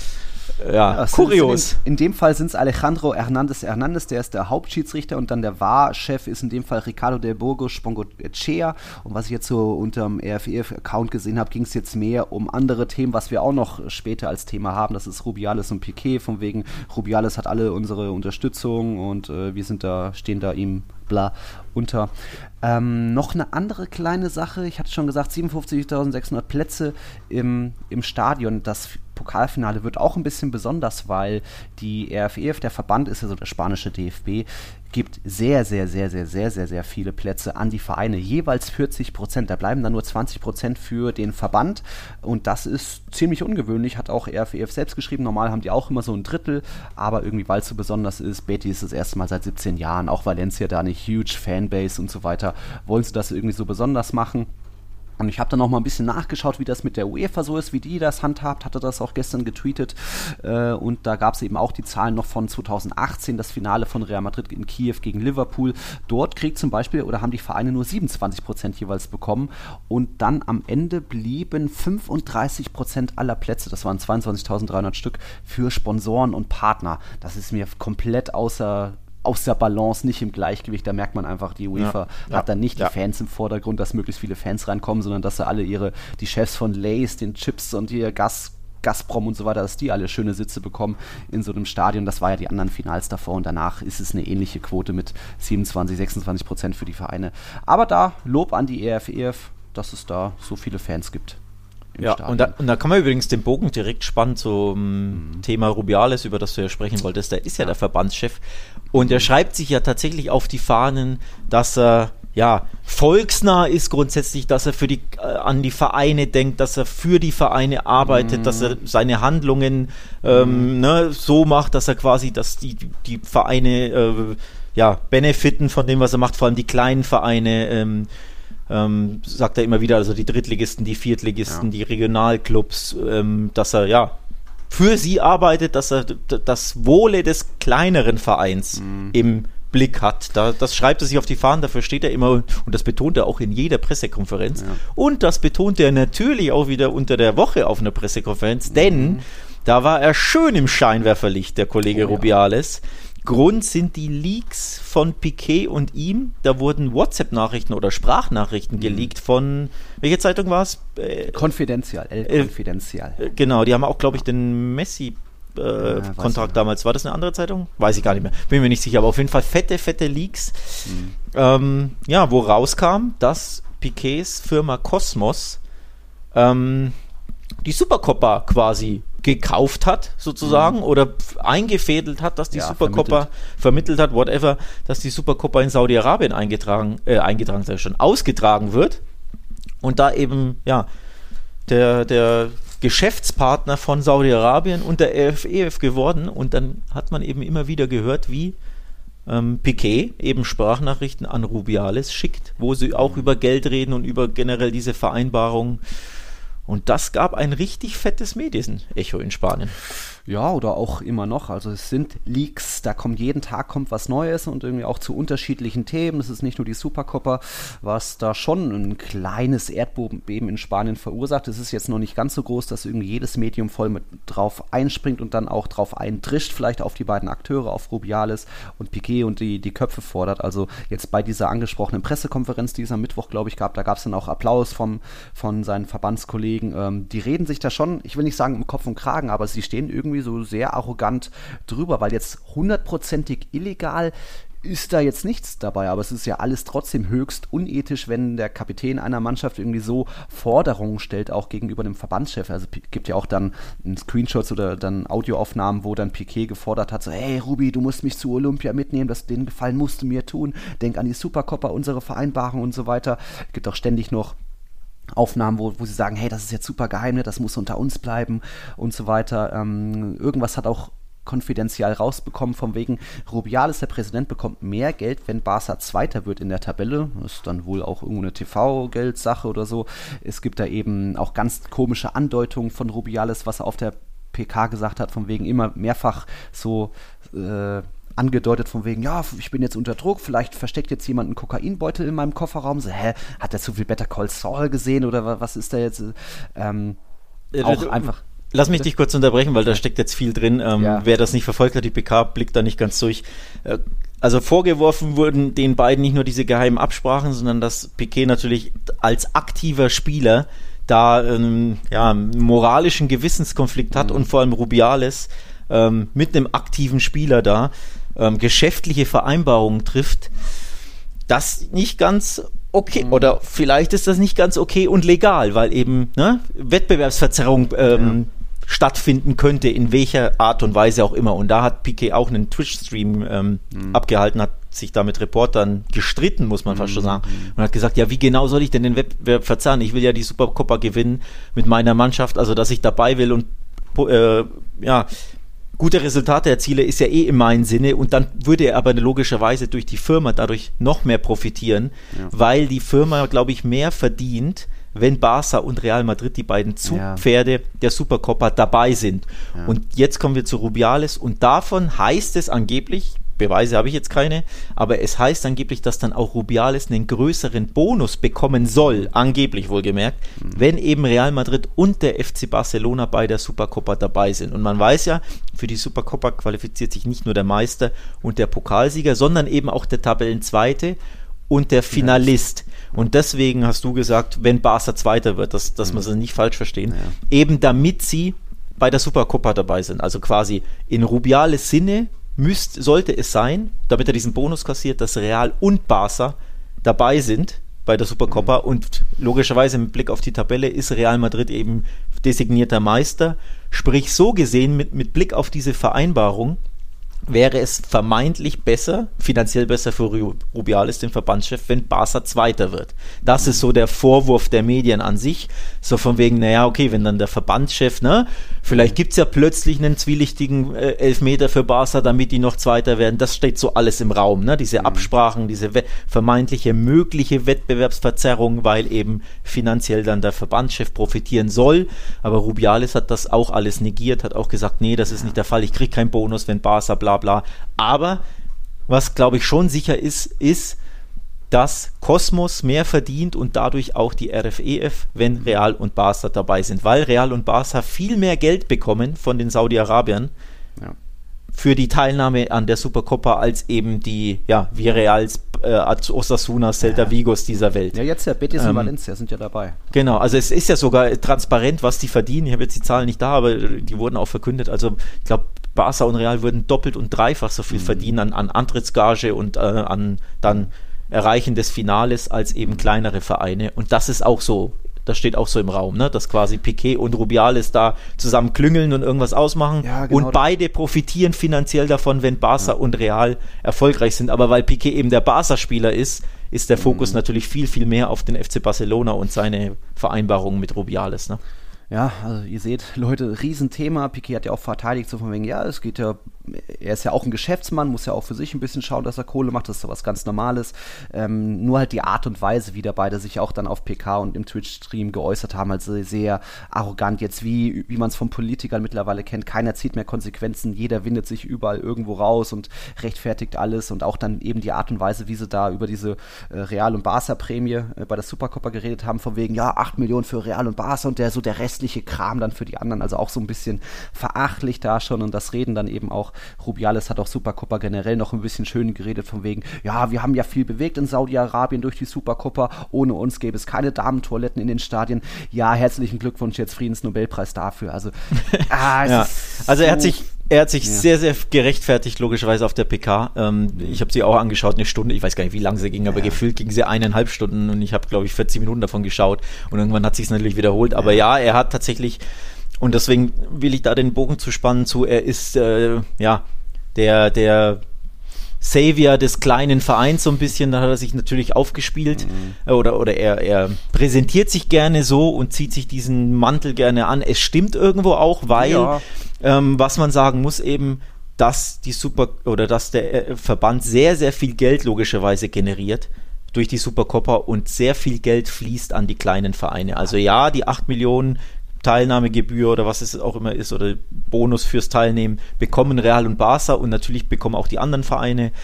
ja, kurios. In dem Fall sind es Alejandro Hernández, der ist der Hauptschiedsrichter und dann der VAR-Chef ist in dem Fall Ricardo del Burgos Spongochea. Und was ich jetzt so unterm RFEF-Account gesehen habe, ging es jetzt mehr um andere Themen, was wir auch noch später als Thema haben. Das ist Rubiales und Piqué, von wegen Rubiales hat alle unsere Unterstützung und wir stehen da ihm bla unter. Noch eine andere kleine Sache, ich hatte schon gesagt, 57.600 Plätze im Stadion. Das Pokalfinale wird auch ein bisschen besonders, weil die RFEF, der Verband ist also der spanische DFB, gibt sehr, sehr, sehr, sehr, sehr, sehr, sehr viele Plätze an die Vereine, jeweils 40%. Da bleiben dann nur 20% für den Verband und das ist ziemlich ungewöhnlich, hat auch RFEF selbst geschrieben. Normal haben die auch immer so ein Drittel, aber irgendwie, weil es so besonders ist, Betis ist das erste Mal seit 17 Jahren, auch Valencia da eine huge Fanbase und so weiter, wollen sie das irgendwie so besonders machen. Und ich habe dann noch mal ein bisschen nachgeschaut, wie das mit der UEFA so ist, wie die das handhabt, hatte das auch gestern getweetet und da gab es eben auch die Zahlen noch von 2018, das Finale von Real Madrid in Kiew gegen Liverpool. Dort kriegt zum Beispiel, oder haben die Vereine nur 27% jeweils bekommen und dann am Ende blieben 35% aller Plätze, das waren 22.300 Stück, für Sponsoren und Partner. Das ist mir komplett aus der Balance, nicht im Gleichgewicht, da merkt man einfach, die UEFA hat dann nicht die Fans im Vordergrund, dass möglichst viele Fans reinkommen, sondern dass sie alle die Chefs von Lay's, den Chips und die Gazprom und so weiter, dass die alle schöne Sitze bekommen in so einem Stadion. Das war ja die anderen Finals davor und danach ist es eine ähnliche Quote mit 27-26% für die Vereine. Aber da Lob an die RFEF, dass es da so viele Fans gibt. Ja, und da kann man übrigens den Bogen direkt spannen zum Thema Rubiales, über das du ja sprechen wolltest. Der ist ja der Verbandschef und er schreibt sich ja tatsächlich auf die Fahnen, dass er volksnah ist grundsätzlich, dass er an die Vereine denkt, dass er für die Vereine arbeitet, dass er seine Handlungen so macht, dass er quasi, dass die Vereine benefiten von dem, was er macht, vor allem die kleinen Vereine, sagt er immer wieder, also die Drittligisten, die Viertligisten, die Regionalclubs, dass er für sie arbeitet, dass er das Wohle des kleineren Vereins im Blick hat. Das schreibt er sich auf die Fahnen, dafür steht er immer und das betont er auch in jeder Pressekonferenz. Ja. Und das betont er natürlich auch wieder unter der Woche auf einer Pressekonferenz, denn da war er schön im Scheinwerferlicht, der Kollege Rubiales. Grund sind die Leaks von Piquet und ihm. Da wurden WhatsApp-Nachrichten oder Sprachnachrichten geleakt von, welche Zeitung war es? Confidencial, Confidencial. Genau, die haben auch, glaube ich, den Messi-Kontrakt damals. War das eine andere Zeitung? Weiß ich gar nicht mehr. Bin mir nicht sicher, aber auf jeden Fall fette Leaks. Wo rauskam, dass Piquets Firma Cosmos die Supercopa quasi gekauft hat, sozusagen, oder eingefädelt hat, dass die Supercopa vermittelt hat, whatever, dass die Supercopa in Saudi-Arabien ausgetragen wird und da eben, der Geschäftspartner von Saudi-Arabien und der EF geworden und dann hat man eben immer wieder gehört, wie Piquet eben Sprachnachrichten an Rubiales schickt, wo sie auch über Geld reden und über generell diese Vereinbarung. Und das gab ein richtig fettes Medienecho in Spanien. Ja, oder auch immer noch. Also es sind Leaks, da kommt jeden Tag was Neues und irgendwie auch zu unterschiedlichen Themen. Es ist nicht nur die Supercopa, was da schon ein kleines Erdbeben in Spanien verursacht. Es ist jetzt noch nicht ganz so groß, dass irgendwie jedes Medium voll mit drauf einspringt und dann auch drauf eindrischt, vielleicht auf die beiden Akteure, auf Rubiales und Piquet und die Köpfe fordert. Also jetzt bei dieser angesprochenen Pressekonferenz, die es am Mittwoch, glaube ich, gab, da gab es dann auch Applaus von seinen Verbandskollegen. Die reden sich da schon, ich will nicht sagen im Kopf und Kragen, aber sie stehen irgendwie so sehr arrogant drüber, weil jetzt 100%ig illegal ist da jetzt nichts dabei, aber es ist ja alles trotzdem höchst unethisch, wenn der Kapitän einer Mannschaft irgendwie so Forderungen stellt, auch gegenüber dem Verbandschef. Also gibt ja auch dann Screenshots oder dann Audioaufnahmen, wo dann Piquet gefordert hat, so, hey Rubi, du musst mich zu Olympia mitnehmen, den Gefallen musst du mir tun, denk an die Supercopa, unsere Vereinbarung und so weiter. Es gibt auch ständig noch Aufnahmen, wo sie sagen, hey, das ist jetzt super geheim, das muss unter uns bleiben und so weiter. Irgendwas hat auch konfidenziell rausbekommen, von wegen Rubiales, der Präsident, bekommt mehr Geld, wenn Barca Zweiter wird in der Tabelle. Das ist dann wohl auch irgendeine TV-Geldsache oder so. Es gibt da eben auch ganz komische Andeutungen von Rubiales, was er auf der PK gesagt hat, von wegen immer mehrfach so angedeutet von wegen, ja, ich bin jetzt unter Druck, vielleicht versteckt jetzt jemand einen Kokainbeutel in meinem Kofferraum. So, hat er zu viel Better Call Saul gesehen oder was ist da jetzt? Auch einfach. Lass mich dich kurz unterbrechen, weil da steckt jetzt viel drin. Wer das nicht verfolgt hat, die PK blickt da nicht ganz durch. Also vorgeworfen wurden den beiden nicht nur diese geheimen Absprachen, sondern dass Piquet natürlich als aktiver Spieler da einen moralischen Gewissenskonflikt hat und vor allem Rubiales mit einem aktiven Spieler da geschäftliche Vereinbarungen trifft, das nicht ganz okay, oder vielleicht ist das nicht ganz okay und legal, weil eben Wettbewerbsverzerrung stattfinden könnte, in welcher Art und Weise auch immer. Und da hat Piquet auch einen Twitch-Stream abgehalten, hat sich da mit Reportern gestritten, muss man fast schon sagen, und hat gesagt, ja, wie genau soll ich denn den Wettbewerb verzerren? Ich will ja die Supercopa gewinnen mit meiner Mannschaft, also dass ich dabei will und gute Resultate erziele, ist ja in meinem Sinne, und dann würde er aber logischerweise durch die Firma dadurch noch mehr profitieren, weil die Firma, glaube ich, mehr verdient, wenn Barca und Real Madrid, die beiden Zugpferde der Supercopa, dabei sind. Ja. Und jetzt kommen wir zu Rubiales und davon heißt es angeblich, Beweise habe ich jetzt keine, aber es heißt angeblich, dass dann auch Rubiales einen größeren Bonus bekommen soll, angeblich wohlgemerkt, wenn eben Real Madrid und der FC Barcelona bei der Supercopa dabei sind. Und man weiß ja, für die Supercopa qualifiziert sich nicht nur der Meister und der Pokalsieger, sondern eben auch der Tabellenzweite und der Finalist. Und deswegen hast du gesagt, wenn Barca Zweiter wird, dass wir es nicht falsch verstehen, eben damit sie bei der Supercopa dabei sind. Also quasi in Rubiales Sinne sollte es sein, damit er diesen Bonus kassiert, dass Real und Barca dabei sind bei der Supercopa und logischerweise mit Blick auf die Tabelle ist Real Madrid eben designierter Meister. Sprich, so gesehen, mit Blick auf diese Vereinbarung wäre es vermeintlich besser, finanziell besser für Rubiales, den Verbandschef, wenn Barca Zweiter wird. Das ist so der Vorwurf der Medien an sich, so von wegen, naja, okay, wenn dann der Verbandschef, ne, vielleicht gibt's ja plötzlich einen zwielichtigen Elfmeter für Barca, damit die noch Zweiter werden, das steht so alles im Raum, ne, diese Absprachen, diese vermeintliche mögliche Wettbewerbsverzerrung, weil eben finanziell dann der Verbandschef profitieren soll, aber Rubiales hat das auch alles negiert, hat auch gesagt, nee, das ist nicht der Fall, ich kriege keinen Bonus, wenn Barca bla bla. Aber was, glaube ich, schon sicher ist, dass Kosmos mehr verdient und dadurch auch die RFEF, wenn Real und Barca dabei sind, weil Real und Barca viel mehr Geld bekommen von den Saudi-Arabiern für die Teilnahme an der Supercopa als eben die, Villarreals, Osasuna, Celta Vigos dieser Welt. Ja, jetzt ja, Betis und Valencia sind ja dabei. Genau, also es ist ja sogar transparent, was die verdienen. Ich habe jetzt die Zahlen nicht da, aber die wurden auch verkündet. Also ich glaube, Barca und Real würden doppelt und dreifach so viel verdienen an Antrittsgage und an dann Erreichen des Finales als eben kleinere Vereine. Und das ist auch so, das steht auch so im Raum, ne? Dass quasi Piqué und Rubiales da zusammen klüngeln und irgendwas ausmachen. Ja, genau. Und beide profitieren finanziell davon, wenn Barca und Real erfolgreich sind. Aber weil Piqué eben der Barca-Spieler ist der Fokus natürlich viel, viel mehr auf den FC Barcelona und seine Vereinbarungen mit Rubiales, ne? Ja, also ihr seht, Leute, Riesenthema. Piqué hat ja auch verteidigt, so von wegen, es geht ja, er ist ja auch ein Geschäftsmann, muss ja auch für sich ein bisschen schauen, dass er Kohle macht, das ist so was ganz Normales. Nur halt die Art und Weise, wie da beide sich auch dann auf PK und im Twitch-Stream geäußert haben, also sehr arrogant jetzt, wie man es von Politikern mittlerweile kennt. Keiner zieht mehr Konsequenzen, jeder windet sich überall irgendwo raus und rechtfertigt alles und auch dann eben die Art und Weise, wie sie da über diese Real- und Barca-Prämie bei der Supercopa geredet haben, von wegen, 8 Millionen für Real und Barca und der restliche Kram dann für die anderen, also auch so ein bisschen verachtlich da schon und das Reden dann eben auch, Rubiales hat auch Supercopa generell noch ein bisschen schön geredet von wegen, wir haben ja viel bewegt in Saudi-Arabien durch die Supercopa, ohne uns gäbe es keine Damentoiletten in den Stadien, herzlichen Glückwunsch, jetzt Friedensnobelpreis dafür, also also er hat sich sehr, sehr gerechtfertigt, logischerweise auf der PK. Ich habe sie auch angeschaut, eine Stunde, ich weiß gar nicht, wie lange sie ging, aber gefühlt ging sie 1,5 Stunden und ich habe, glaube ich, 40 Minuten davon geschaut und irgendwann hat sich es natürlich wiederholt. Aber er hat tatsächlich, und deswegen will ich da den Bogen zu spannen zu, er ist der Savior des kleinen Vereins so ein bisschen, da hat er sich natürlich aufgespielt oder er präsentiert sich gerne so und zieht sich diesen Mantel gerne an. Es stimmt irgendwo auch, weil was man sagen muss eben, dass der Verband sehr, sehr viel Geld logischerweise generiert durch die Supercopa und sehr viel Geld fließt an die kleinen Vereine. Also die 8 Millionen Teilnahmegebühr oder was es auch immer ist oder Bonus fürs Teilnehmen bekommen Real und Barca und natürlich bekommen auch die anderen Vereine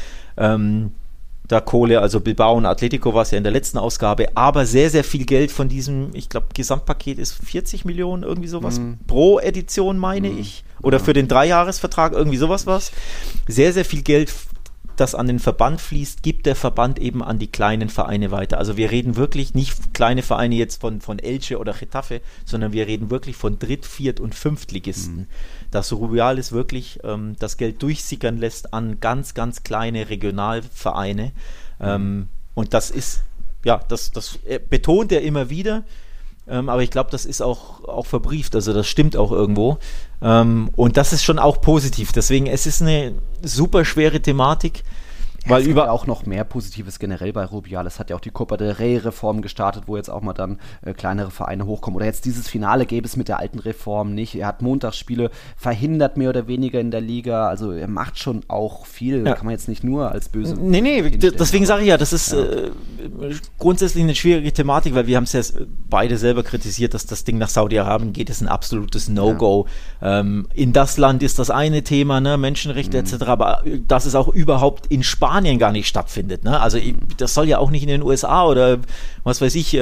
da Kohle, also Bilbao und Atletico war es ja in der letzten Ausgabe, aber sehr, sehr viel Geld von diesem, ich glaube, Gesamtpaket ist 40 Millionen, irgendwie sowas pro Edition, meine ich, oder für den 3-Jahres-Vertrag, irgendwie sowas war's. Sehr, sehr viel Geld, das an den Verband fließt, gibt der Verband eben an die kleinen Vereine weiter. Also wir reden wirklich nicht kleine Vereine jetzt von Elche oder Getafe, sondern wir reden wirklich von Dritt-, Viert- und Fünftligisten. Dass Rubiales wirklich das Geld durchsickern lässt an ganz, ganz kleine Regionalvereine. Und das ist, das betont er immer wieder. Aber ich glaube, das ist auch verbrieft, also das stimmt auch irgendwo. Und das ist schon auch positiv. Deswegen, es ist eine super schwere Thematik. Weil es gibt ja auch noch mehr Positives generell bei Rubiales. Hat ja auch die Copa del Rey-Reform gestartet, wo jetzt auch mal dann kleinere Vereine hochkommen. Oder jetzt dieses Finale gäbe es mit der alten Reform nicht. Er hat Montagsspiele verhindert, mehr oder weniger in der Liga. Also er macht schon auch viel. Kann man jetzt nicht nur als böse... Nee, deswegen sage ich das ist grundsätzlich eine schwierige Thematik, weil wir haben es ja beide selber kritisiert, dass das Ding nach Saudi-Arabien geht. Das ist ein absolutes No-Go. In das Land ist das eine Thema, ne? Menschenrechte etc., aber das ist auch überhaupt in Spanien gar nicht stattfindet. Ne? Also das soll ja auch nicht in den USA oder was weiß ich,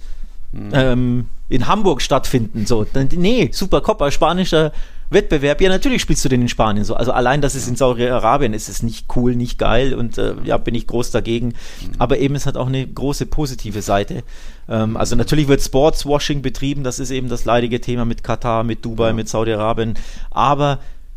in Hamburg stattfinden. So. Nee, Supercopa, spanischer Wettbewerb. Ja, natürlich spielst du den in Spanien so. Also allein, dass es in Saudi-Arabien ist, ist nicht cool, nicht geil und bin ich groß dagegen. Aber eben, es hat auch eine große positive Seite. Also natürlich wird Sportswashing betrieben, das ist eben das leidige Thema mit Katar, mit Dubai, mit Saudi-Arabien. Aber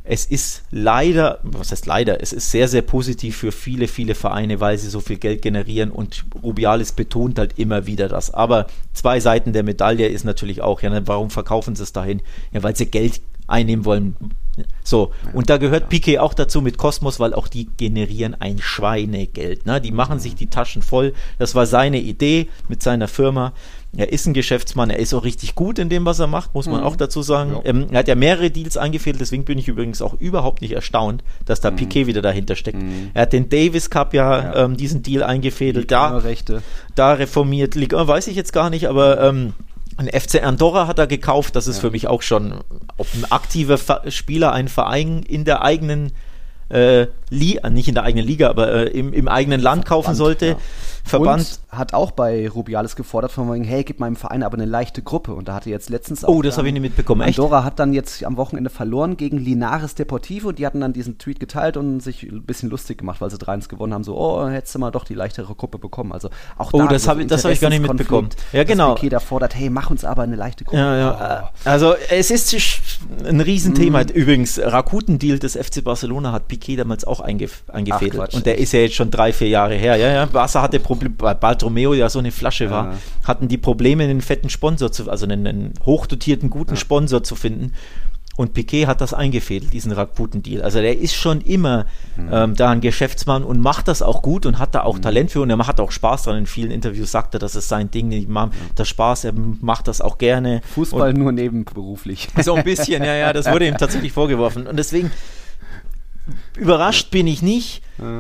es ist leider, was heißt leider, es ist sehr, sehr positiv für viele, viele Vereine, weil sie so viel Geld generieren und Rubiales betont halt immer wieder das. Aber zwei Seiten der Medaille ist natürlich auch, ja, warum verkaufen sie es dahin? Ja, weil sie Geld einnehmen wollen. So, und da gehört Piqué auch dazu mit Cosmos, weil auch die generieren ein Schweinegeld. Ne? Die machen sich die Taschen voll. Das war seine Idee mit seiner Firma. Er ist ein Geschäftsmann, er ist auch richtig gut in dem, was er macht, muss man auch dazu sagen. Ja. Er hat ja mehrere Deals eingefädelt, deswegen bin ich übrigens auch überhaupt nicht erstaunt, dass da Piqué wieder dahinter steckt. Er hat den Davis Cup diesen Deal eingefädelt, da reformiert, Ligue 1 weiß ich jetzt gar nicht, aber ein FC Andorra hat er gekauft, das ist für mich auch schon, ob ein aktiver Spieler einen Verein in der eigenen nicht in der eigenen Liga, aber im eigenen Land kaufen sollte. Verband. Und hat auch bei Rubiales gefordert, von wegen, hey, gib meinem Verein aber eine leichte Gruppe. Und da hatte jetzt letztens auch... Oh, das habe ich nicht mitbekommen, echt? Andorra hat dann jetzt am Wochenende verloren gegen Linares Deportivo. Die hatten dann diesen Tweet geteilt und sich ein bisschen lustig gemacht, weil sie 3-1 gewonnen haben. So, hättest du mal doch die leichtere Gruppe bekommen. Also auch da... Oh, das habe ich gar nicht mitbekommen. Ja, genau. Piqué da fordert, hey, mach uns aber eine leichte Gruppe. Ja. Also es ist ein Riesenthema. Übrigens, Rakuten-Deal des FC Barcelona hat Piqué damals auch eingefädelt. Und der ist ja jetzt schon 3-4 Jahre her. Ja. Barca hatte weil Bartomeu ja so eine Flasche war, hatten die Probleme, einen fetten Sponsor also einen hochdotierten, guten Sponsor zu finden. Und Piqué hat das eingefädelt, diesen Rakuten-Deal. Also der ist schon immer da ein Geschäftsmann und macht das auch gut und hat da auch Talent für und er hat auch Spaß dran. In vielen Interviews sagt er, das ist sein Ding, das Spaß, er macht das auch gerne. Fußball nur nebenberuflich. So ein bisschen, ja, das wurde ihm tatsächlich vorgeworfen. Und deswegen überrascht bin ich nicht.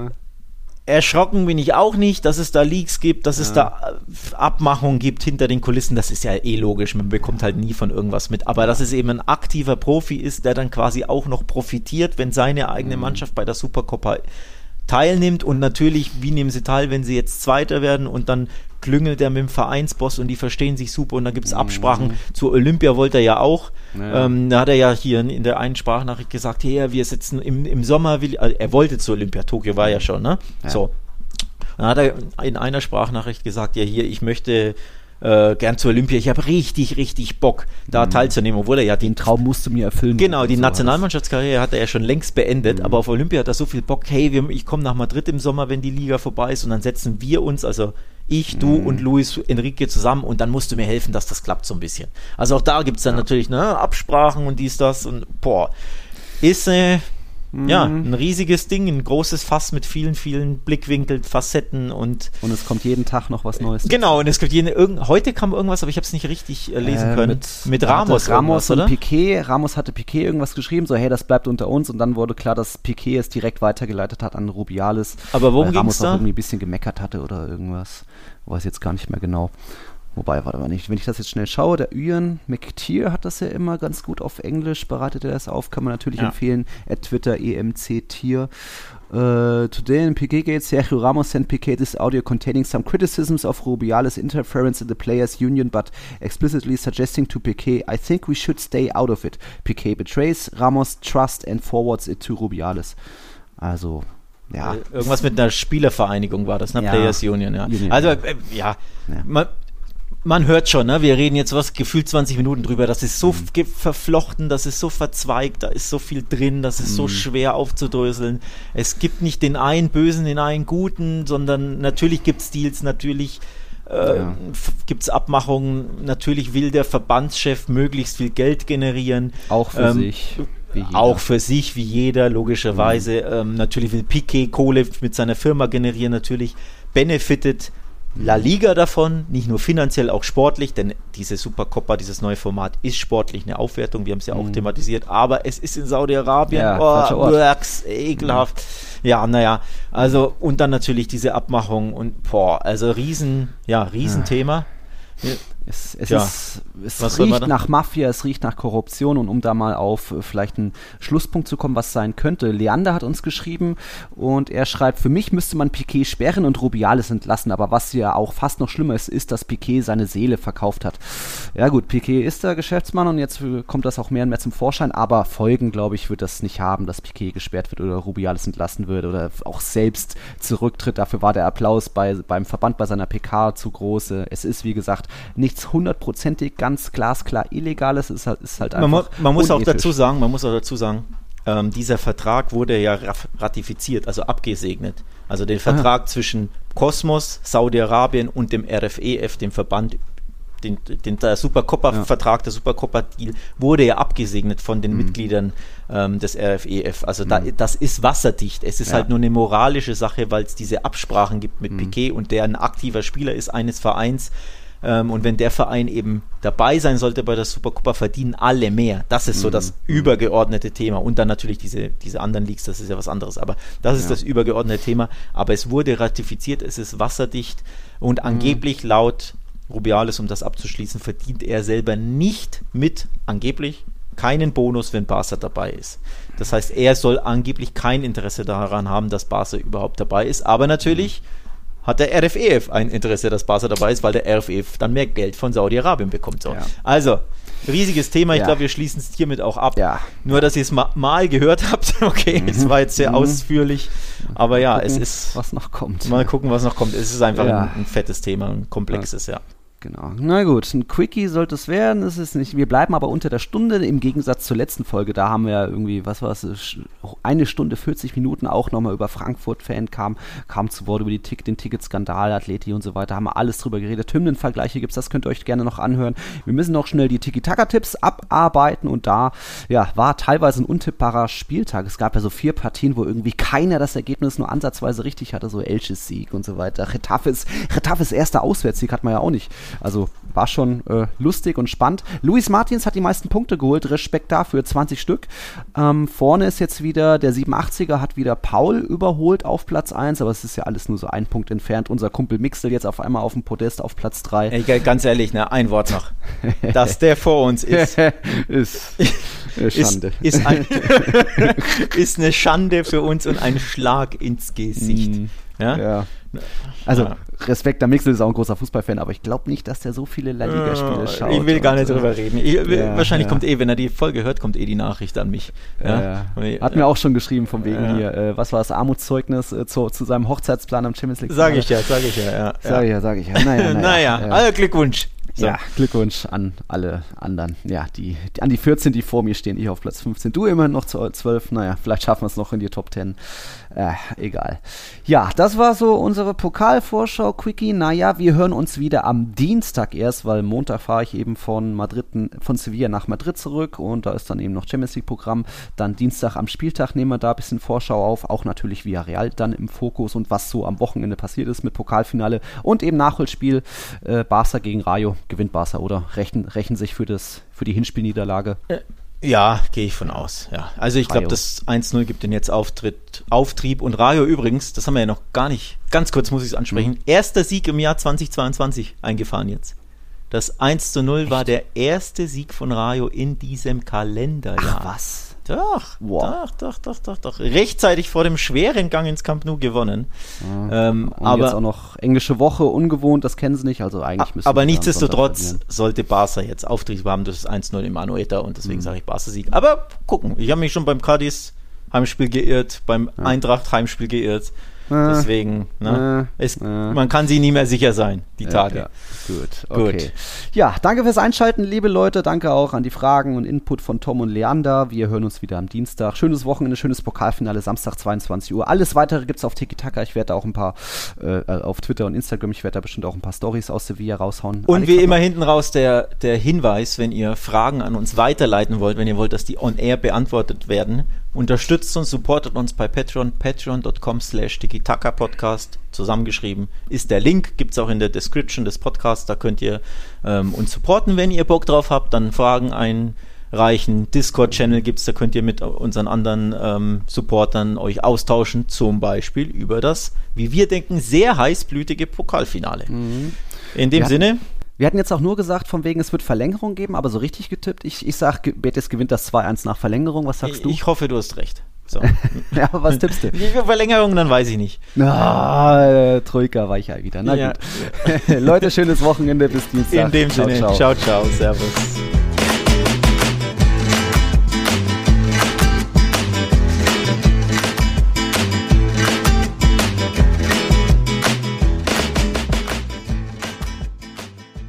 Erschrocken bin ich auch nicht, dass es da Leaks gibt, dass es da Abmachungen gibt hinter den Kulissen. Das ist ja logisch, man bekommt halt nie von irgendwas mit. Aber dass es eben ein aktiver Profi ist, der dann quasi auch noch profitiert, wenn seine eigene Mannschaft bei der Supercoppa teilnimmt. Und natürlich, wie nehmen sie teil, wenn sie jetzt Zweiter werden und dann klüngelt er mit dem Vereinsboss und die verstehen sich super und dann gibt es Absprachen. Zur Olympia wollte er ja auch. Da hat er ja hier in der einen Sprachnachricht gesagt, hey, wir sitzen im Sommer, er wollte zur Olympia, Tokio war ja schon, ne? Ja. So. Dann hat er in einer Sprachnachricht gesagt, ja hier, ich möchte gern zur Olympia, ich habe richtig, richtig Bock, da teilzunehmen, obwohl er ja den Traum musste mir erfüllen. Genau, die Nationalmannschaftskarriere hat er ja schon längst beendet, aber auf Olympia hat er so viel Bock, hey, ich komme nach Madrid im Sommer, wenn die Liga vorbei ist und dann setzen wir uns, also ich, du und Luis Enrique zusammen und dann musst du mir helfen, dass das klappt so ein bisschen. Also auch da gibt es dann natürlich Absprachen und dies, das und ist ein riesiges Ding, ein großes Fass mit vielen, vielen Blickwinkeln, Facetten und es kommt jeden Tag noch was Neues. Genau, und es gibt heute kam irgendwas, aber ich habe es nicht richtig lesen können. Mit Ramos und Piqué. Ramos hatte Piqué irgendwas geschrieben, so hey, das bleibt unter uns und dann wurde klar, dass Piqué es direkt weitergeleitet hat an Rubiales. Aber worum ging es da? Ramos auch irgendwie ein bisschen gemeckert hatte oder irgendwas. Weiß jetzt gar nicht mehr genau. Wobei, warte mal, wenn ich das jetzt schnell schaue, der Ian McTeer hat das ja immer ganz gut auf Englisch, bereitet er das auf, kann man natürlich empfehlen, Twitter EMCTier. Today in Piqué Gate, Sergio Ramos sent Piqué this audio containing some criticisms of Rubiales' interference in the players' union, but explicitly suggesting to Piqué, I think we should stay out of it. Piqué betrays Ramos' trust and forwards it to Rubiales. Also, ja. Irgendwas mit einer Spielervereinigung war das, ne? Players Union, ja. Also, man hört schon, ne? Wir reden jetzt gefühlt 20 Minuten drüber, das ist so verflochten, das ist so verzweigt, da ist so viel drin, das ist so schwer aufzudröseln. Es gibt nicht den einen Bösen, den einen Guten, sondern natürlich gibt es Deals, natürlich gibt es Abmachungen, natürlich will der Verbandschef möglichst viel Geld generieren. Auch für sich. Auch für sich, wie jeder, logischerweise. Natürlich will Piqué Kohle mit seiner Firma generieren, natürlich benefitet La Liga davon, nicht nur finanziell, auch sportlich, denn diese Supercoppa, dieses neue Format ist sportlich eine Aufwertung, wir haben es ja auch thematisiert, aber es ist in Saudi-Arabien, ekelhaft. Ja, also und dann natürlich diese Abmachung und also Riesenthema. Es riecht nach Mafia, es riecht nach Korruption und um da mal auf vielleicht einen Schlusspunkt zu kommen, was sein könnte. Leander hat uns geschrieben und er schreibt, für mich müsste man Piqué sperren und Rubiales entlassen, aber was ja auch fast noch schlimmer ist, dass Piqué seine Seele verkauft hat. Ja gut, Piqué ist der Geschäftsmann und jetzt kommt das auch mehr und mehr zum Vorschein, aber Folgen, glaube ich, wird das nicht haben, dass Piqué gesperrt wird oder Rubiales entlassen wird oder auch selbst zurücktritt. Dafür war der Applaus beim Verband bei seiner PK zu groß. Es ist, wie gesagt, nichts 100%ig ganz glasklar Illegales, ist halt einfach man muss auch dazu sagen, dieser Vertrag wurde ja ratifiziert, also abgesegnet. Also den Vertrag zwischen Kosmos, Saudi-Arabien und dem RFEF, dem Verband, der Supercopa-Vertrag, der Supercopa-Deal, wurde ja abgesegnet von den Mitgliedern des RFEF. Also das ist wasserdicht. Es ist halt nur eine moralische Sache, weil es diese Absprachen gibt mit Piquet und der ein aktiver Spieler ist eines Vereins. Und wenn der Verein eben dabei sein sollte bei der Supercopa, verdienen alle mehr. Das ist so das übergeordnete Thema. Und dann natürlich diese anderen Leagues, das ist ja was anderes. Aber das ist das übergeordnete Thema. Aber es wurde ratifiziert, es ist wasserdicht und angeblich laut Rubiales, um das abzuschließen, verdient er selber nicht angeblich keinen Bonus, wenn Barca dabei ist. Das heißt, er soll angeblich kein Interesse daran haben, dass Barca überhaupt dabei ist. Aber natürlich hat der RFEF ein Interesse, dass Barca dabei ist, weil der RFEF dann mehr Geld von Saudi-Arabien bekommt. So. Ja. Also, riesiges Thema. Ich glaube, wir schließen es hiermit auch ab. Ja. Nur, dass ihr es mal gehört habt. Okay, es war jetzt sehr ausführlich. Aber ja, es ist... was noch kommt. Mal gucken, was noch kommt. Es ist einfach ein fettes Thema, ein komplexes, Genau. Na gut, ein Quickie sollte es werden. Es ist nicht. Wir bleiben aber unter der Stunde im Gegensatz zur letzten Folge. Da haben wir ja irgendwie, was war es, 1 Stunde 40 Minuten auch nochmal über Frankfurt-Fan kam zu Wort, über den Ticketskandal, Atleti und so weiter. Haben wir alles drüber geredet. Hymnenvergleiche gibt es, das könnt ihr euch gerne noch anhören. Wir müssen noch schnell die Tiki-Taka-Tipps abarbeiten und da war teilweise ein untippbarer Spieltag. Es gab ja so 4 Partien, wo irgendwie keiner das Ergebnis nur ansatzweise richtig hatte, so Elches Sieg und so weiter. Retafes erster Auswärtssieg hat man ja auch nicht. Also war schon lustig und spannend. Luis Martins hat die meisten Punkte geholt, Respekt dafür, 20 Stück. Vorne ist jetzt wieder der 87er, hat wieder Paul überholt auf Platz 1, aber es ist ja alles nur so ein Punkt entfernt. Unser Kumpel Mixel jetzt auf einmal auf dem Podest auf Platz 3. Ey, ganz ehrlich, ein Wort noch. Dass der vor uns ist. ist Schande. Ist eine Schande für uns und ein Schlag ins Gesicht. Ja. Also, Respekt, der Mixel ist auch ein großer Fußballfan, aber ich glaube nicht, dass der so viele La Liga-Spiele schaut. Ich will gar nicht drüber reden. Wahrscheinlich kommt wenn er die Folge hört, kommt die Nachricht an mich. Hat mir auch schon geschrieben, von wegen hier, was war das Armutszeugnis zu seinem Hochzeitsplan am Champions League? Sag ich ja. Sag ich ja. Naja, Glückwunsch. So. Ja, Glückwunsch an alle anderen. Ja, an die 14, die vor mir stehen. Ich auf Platz 15. Du immerhin noch zu 12. Naja, vielleicht schaffen wir es noch in die Top 10. Egal. Ja, das war so unsere Pokalvorschau, Quickie. Naja, wir hören uns wieder am Dienstag erst, weil Montag fahre ich eben von Sevilla nach Madrid zurück und da ist dann eben noch Champions League Programm. Dann Dienstag am Spieltag nehmen wir da ein bisschen Vorschau auf. Auch natürlich Villarreal dann im Fokus und was so am Wochenende passiert ist mit Pokalfinale und eben Nachholspiel Barca gegen Rayo. Gewinnt Barca, oder? Rächen sich für die Hinspielniederlage? Ja, gehe ich von aus. Ja. Also ich glaube, das 1-0 gibt den jetzt Auftrieb. Und Rayo übrigens, das haben wir ja noch gar nicht, ganz kurz muss ich es ansprechen, erster Sieg im Jahr 2022 eingefahren jetzt. Das 1-0 war der erste Sieg von Rayo in diesem Kalenderjahr. Ach was? Doch. Rechtzeitig vor dem schweren Gang ins Camp Nou gewonnen. Aber jetzt auch noch englische Woche, ungewohnt, das kennen sie nicht. Also eigentlich müssen aber nichtsdestotrotz sollte Barca jetzt Auftrieb haben durch das 1-0 im Anoeta und deswegen sage ich Barca-Sieg. Aber gucken, ich habe mich schon beim Cadiz Heimspiel geirrt, beim Eintracht Heimspiel geirrt. Deswegen, man kann sich nie mehr sicher sein, die Tage. Ja. Gut, okay. Ja, danke fürs Einschalten, liebe Leute. Danke auch an die Fragen und Input von Tom und Leander. Wir hören uns wieder am Dienstag. Schönes Wochenende, schönes Pokalfinale, Samstag 22 Uhr. Alles Weitere gibt es auf Tiki-Taka. Ich werde da auch ein paar, auf Twitter und Instagram, ich werde da bestimmt auch ein paar Storys aus Sevilla raushauen. Und wie immer hinten raus der Hinweis, wenn ihr Fragen an uns weiterleiten wollt, wenn ihr wollt, dass die on-air beantwortet werden, unterstützt uns, supportet uns bei patreon.com/Tiki-Taka-Podcast, zusammengeschrieben ist der Link, gibt es auch in der Description des Podcasts, da könnt ihr uns supporten, wenn ihr Bock drauf habt, dann Fragen einreichen, Discord-Channel gibt es, da könnt ihr mit unseren anderen Supportern euch austauschen, zum Beispiel über das, wie wir denken, sehr heißblütige Pokalfinale. In dem Sinne... Wir hatten jetzt auch nur gesagt, von wegen, es wird Verlängerung geben, aber so richtig getippt. Ich sage, Betis gewinnt das 2-1 nach Verlängerung. Was sagst du? Ich hoffe, du hast recht. So. Ja, aber was tippst du? Für Verlängerung, dann weiß ich nicht. Troika Weichei wieder. Na gut. Leute, schönes Wochenende. Bis Dienstag. In dem Sinne. Ciao, servus.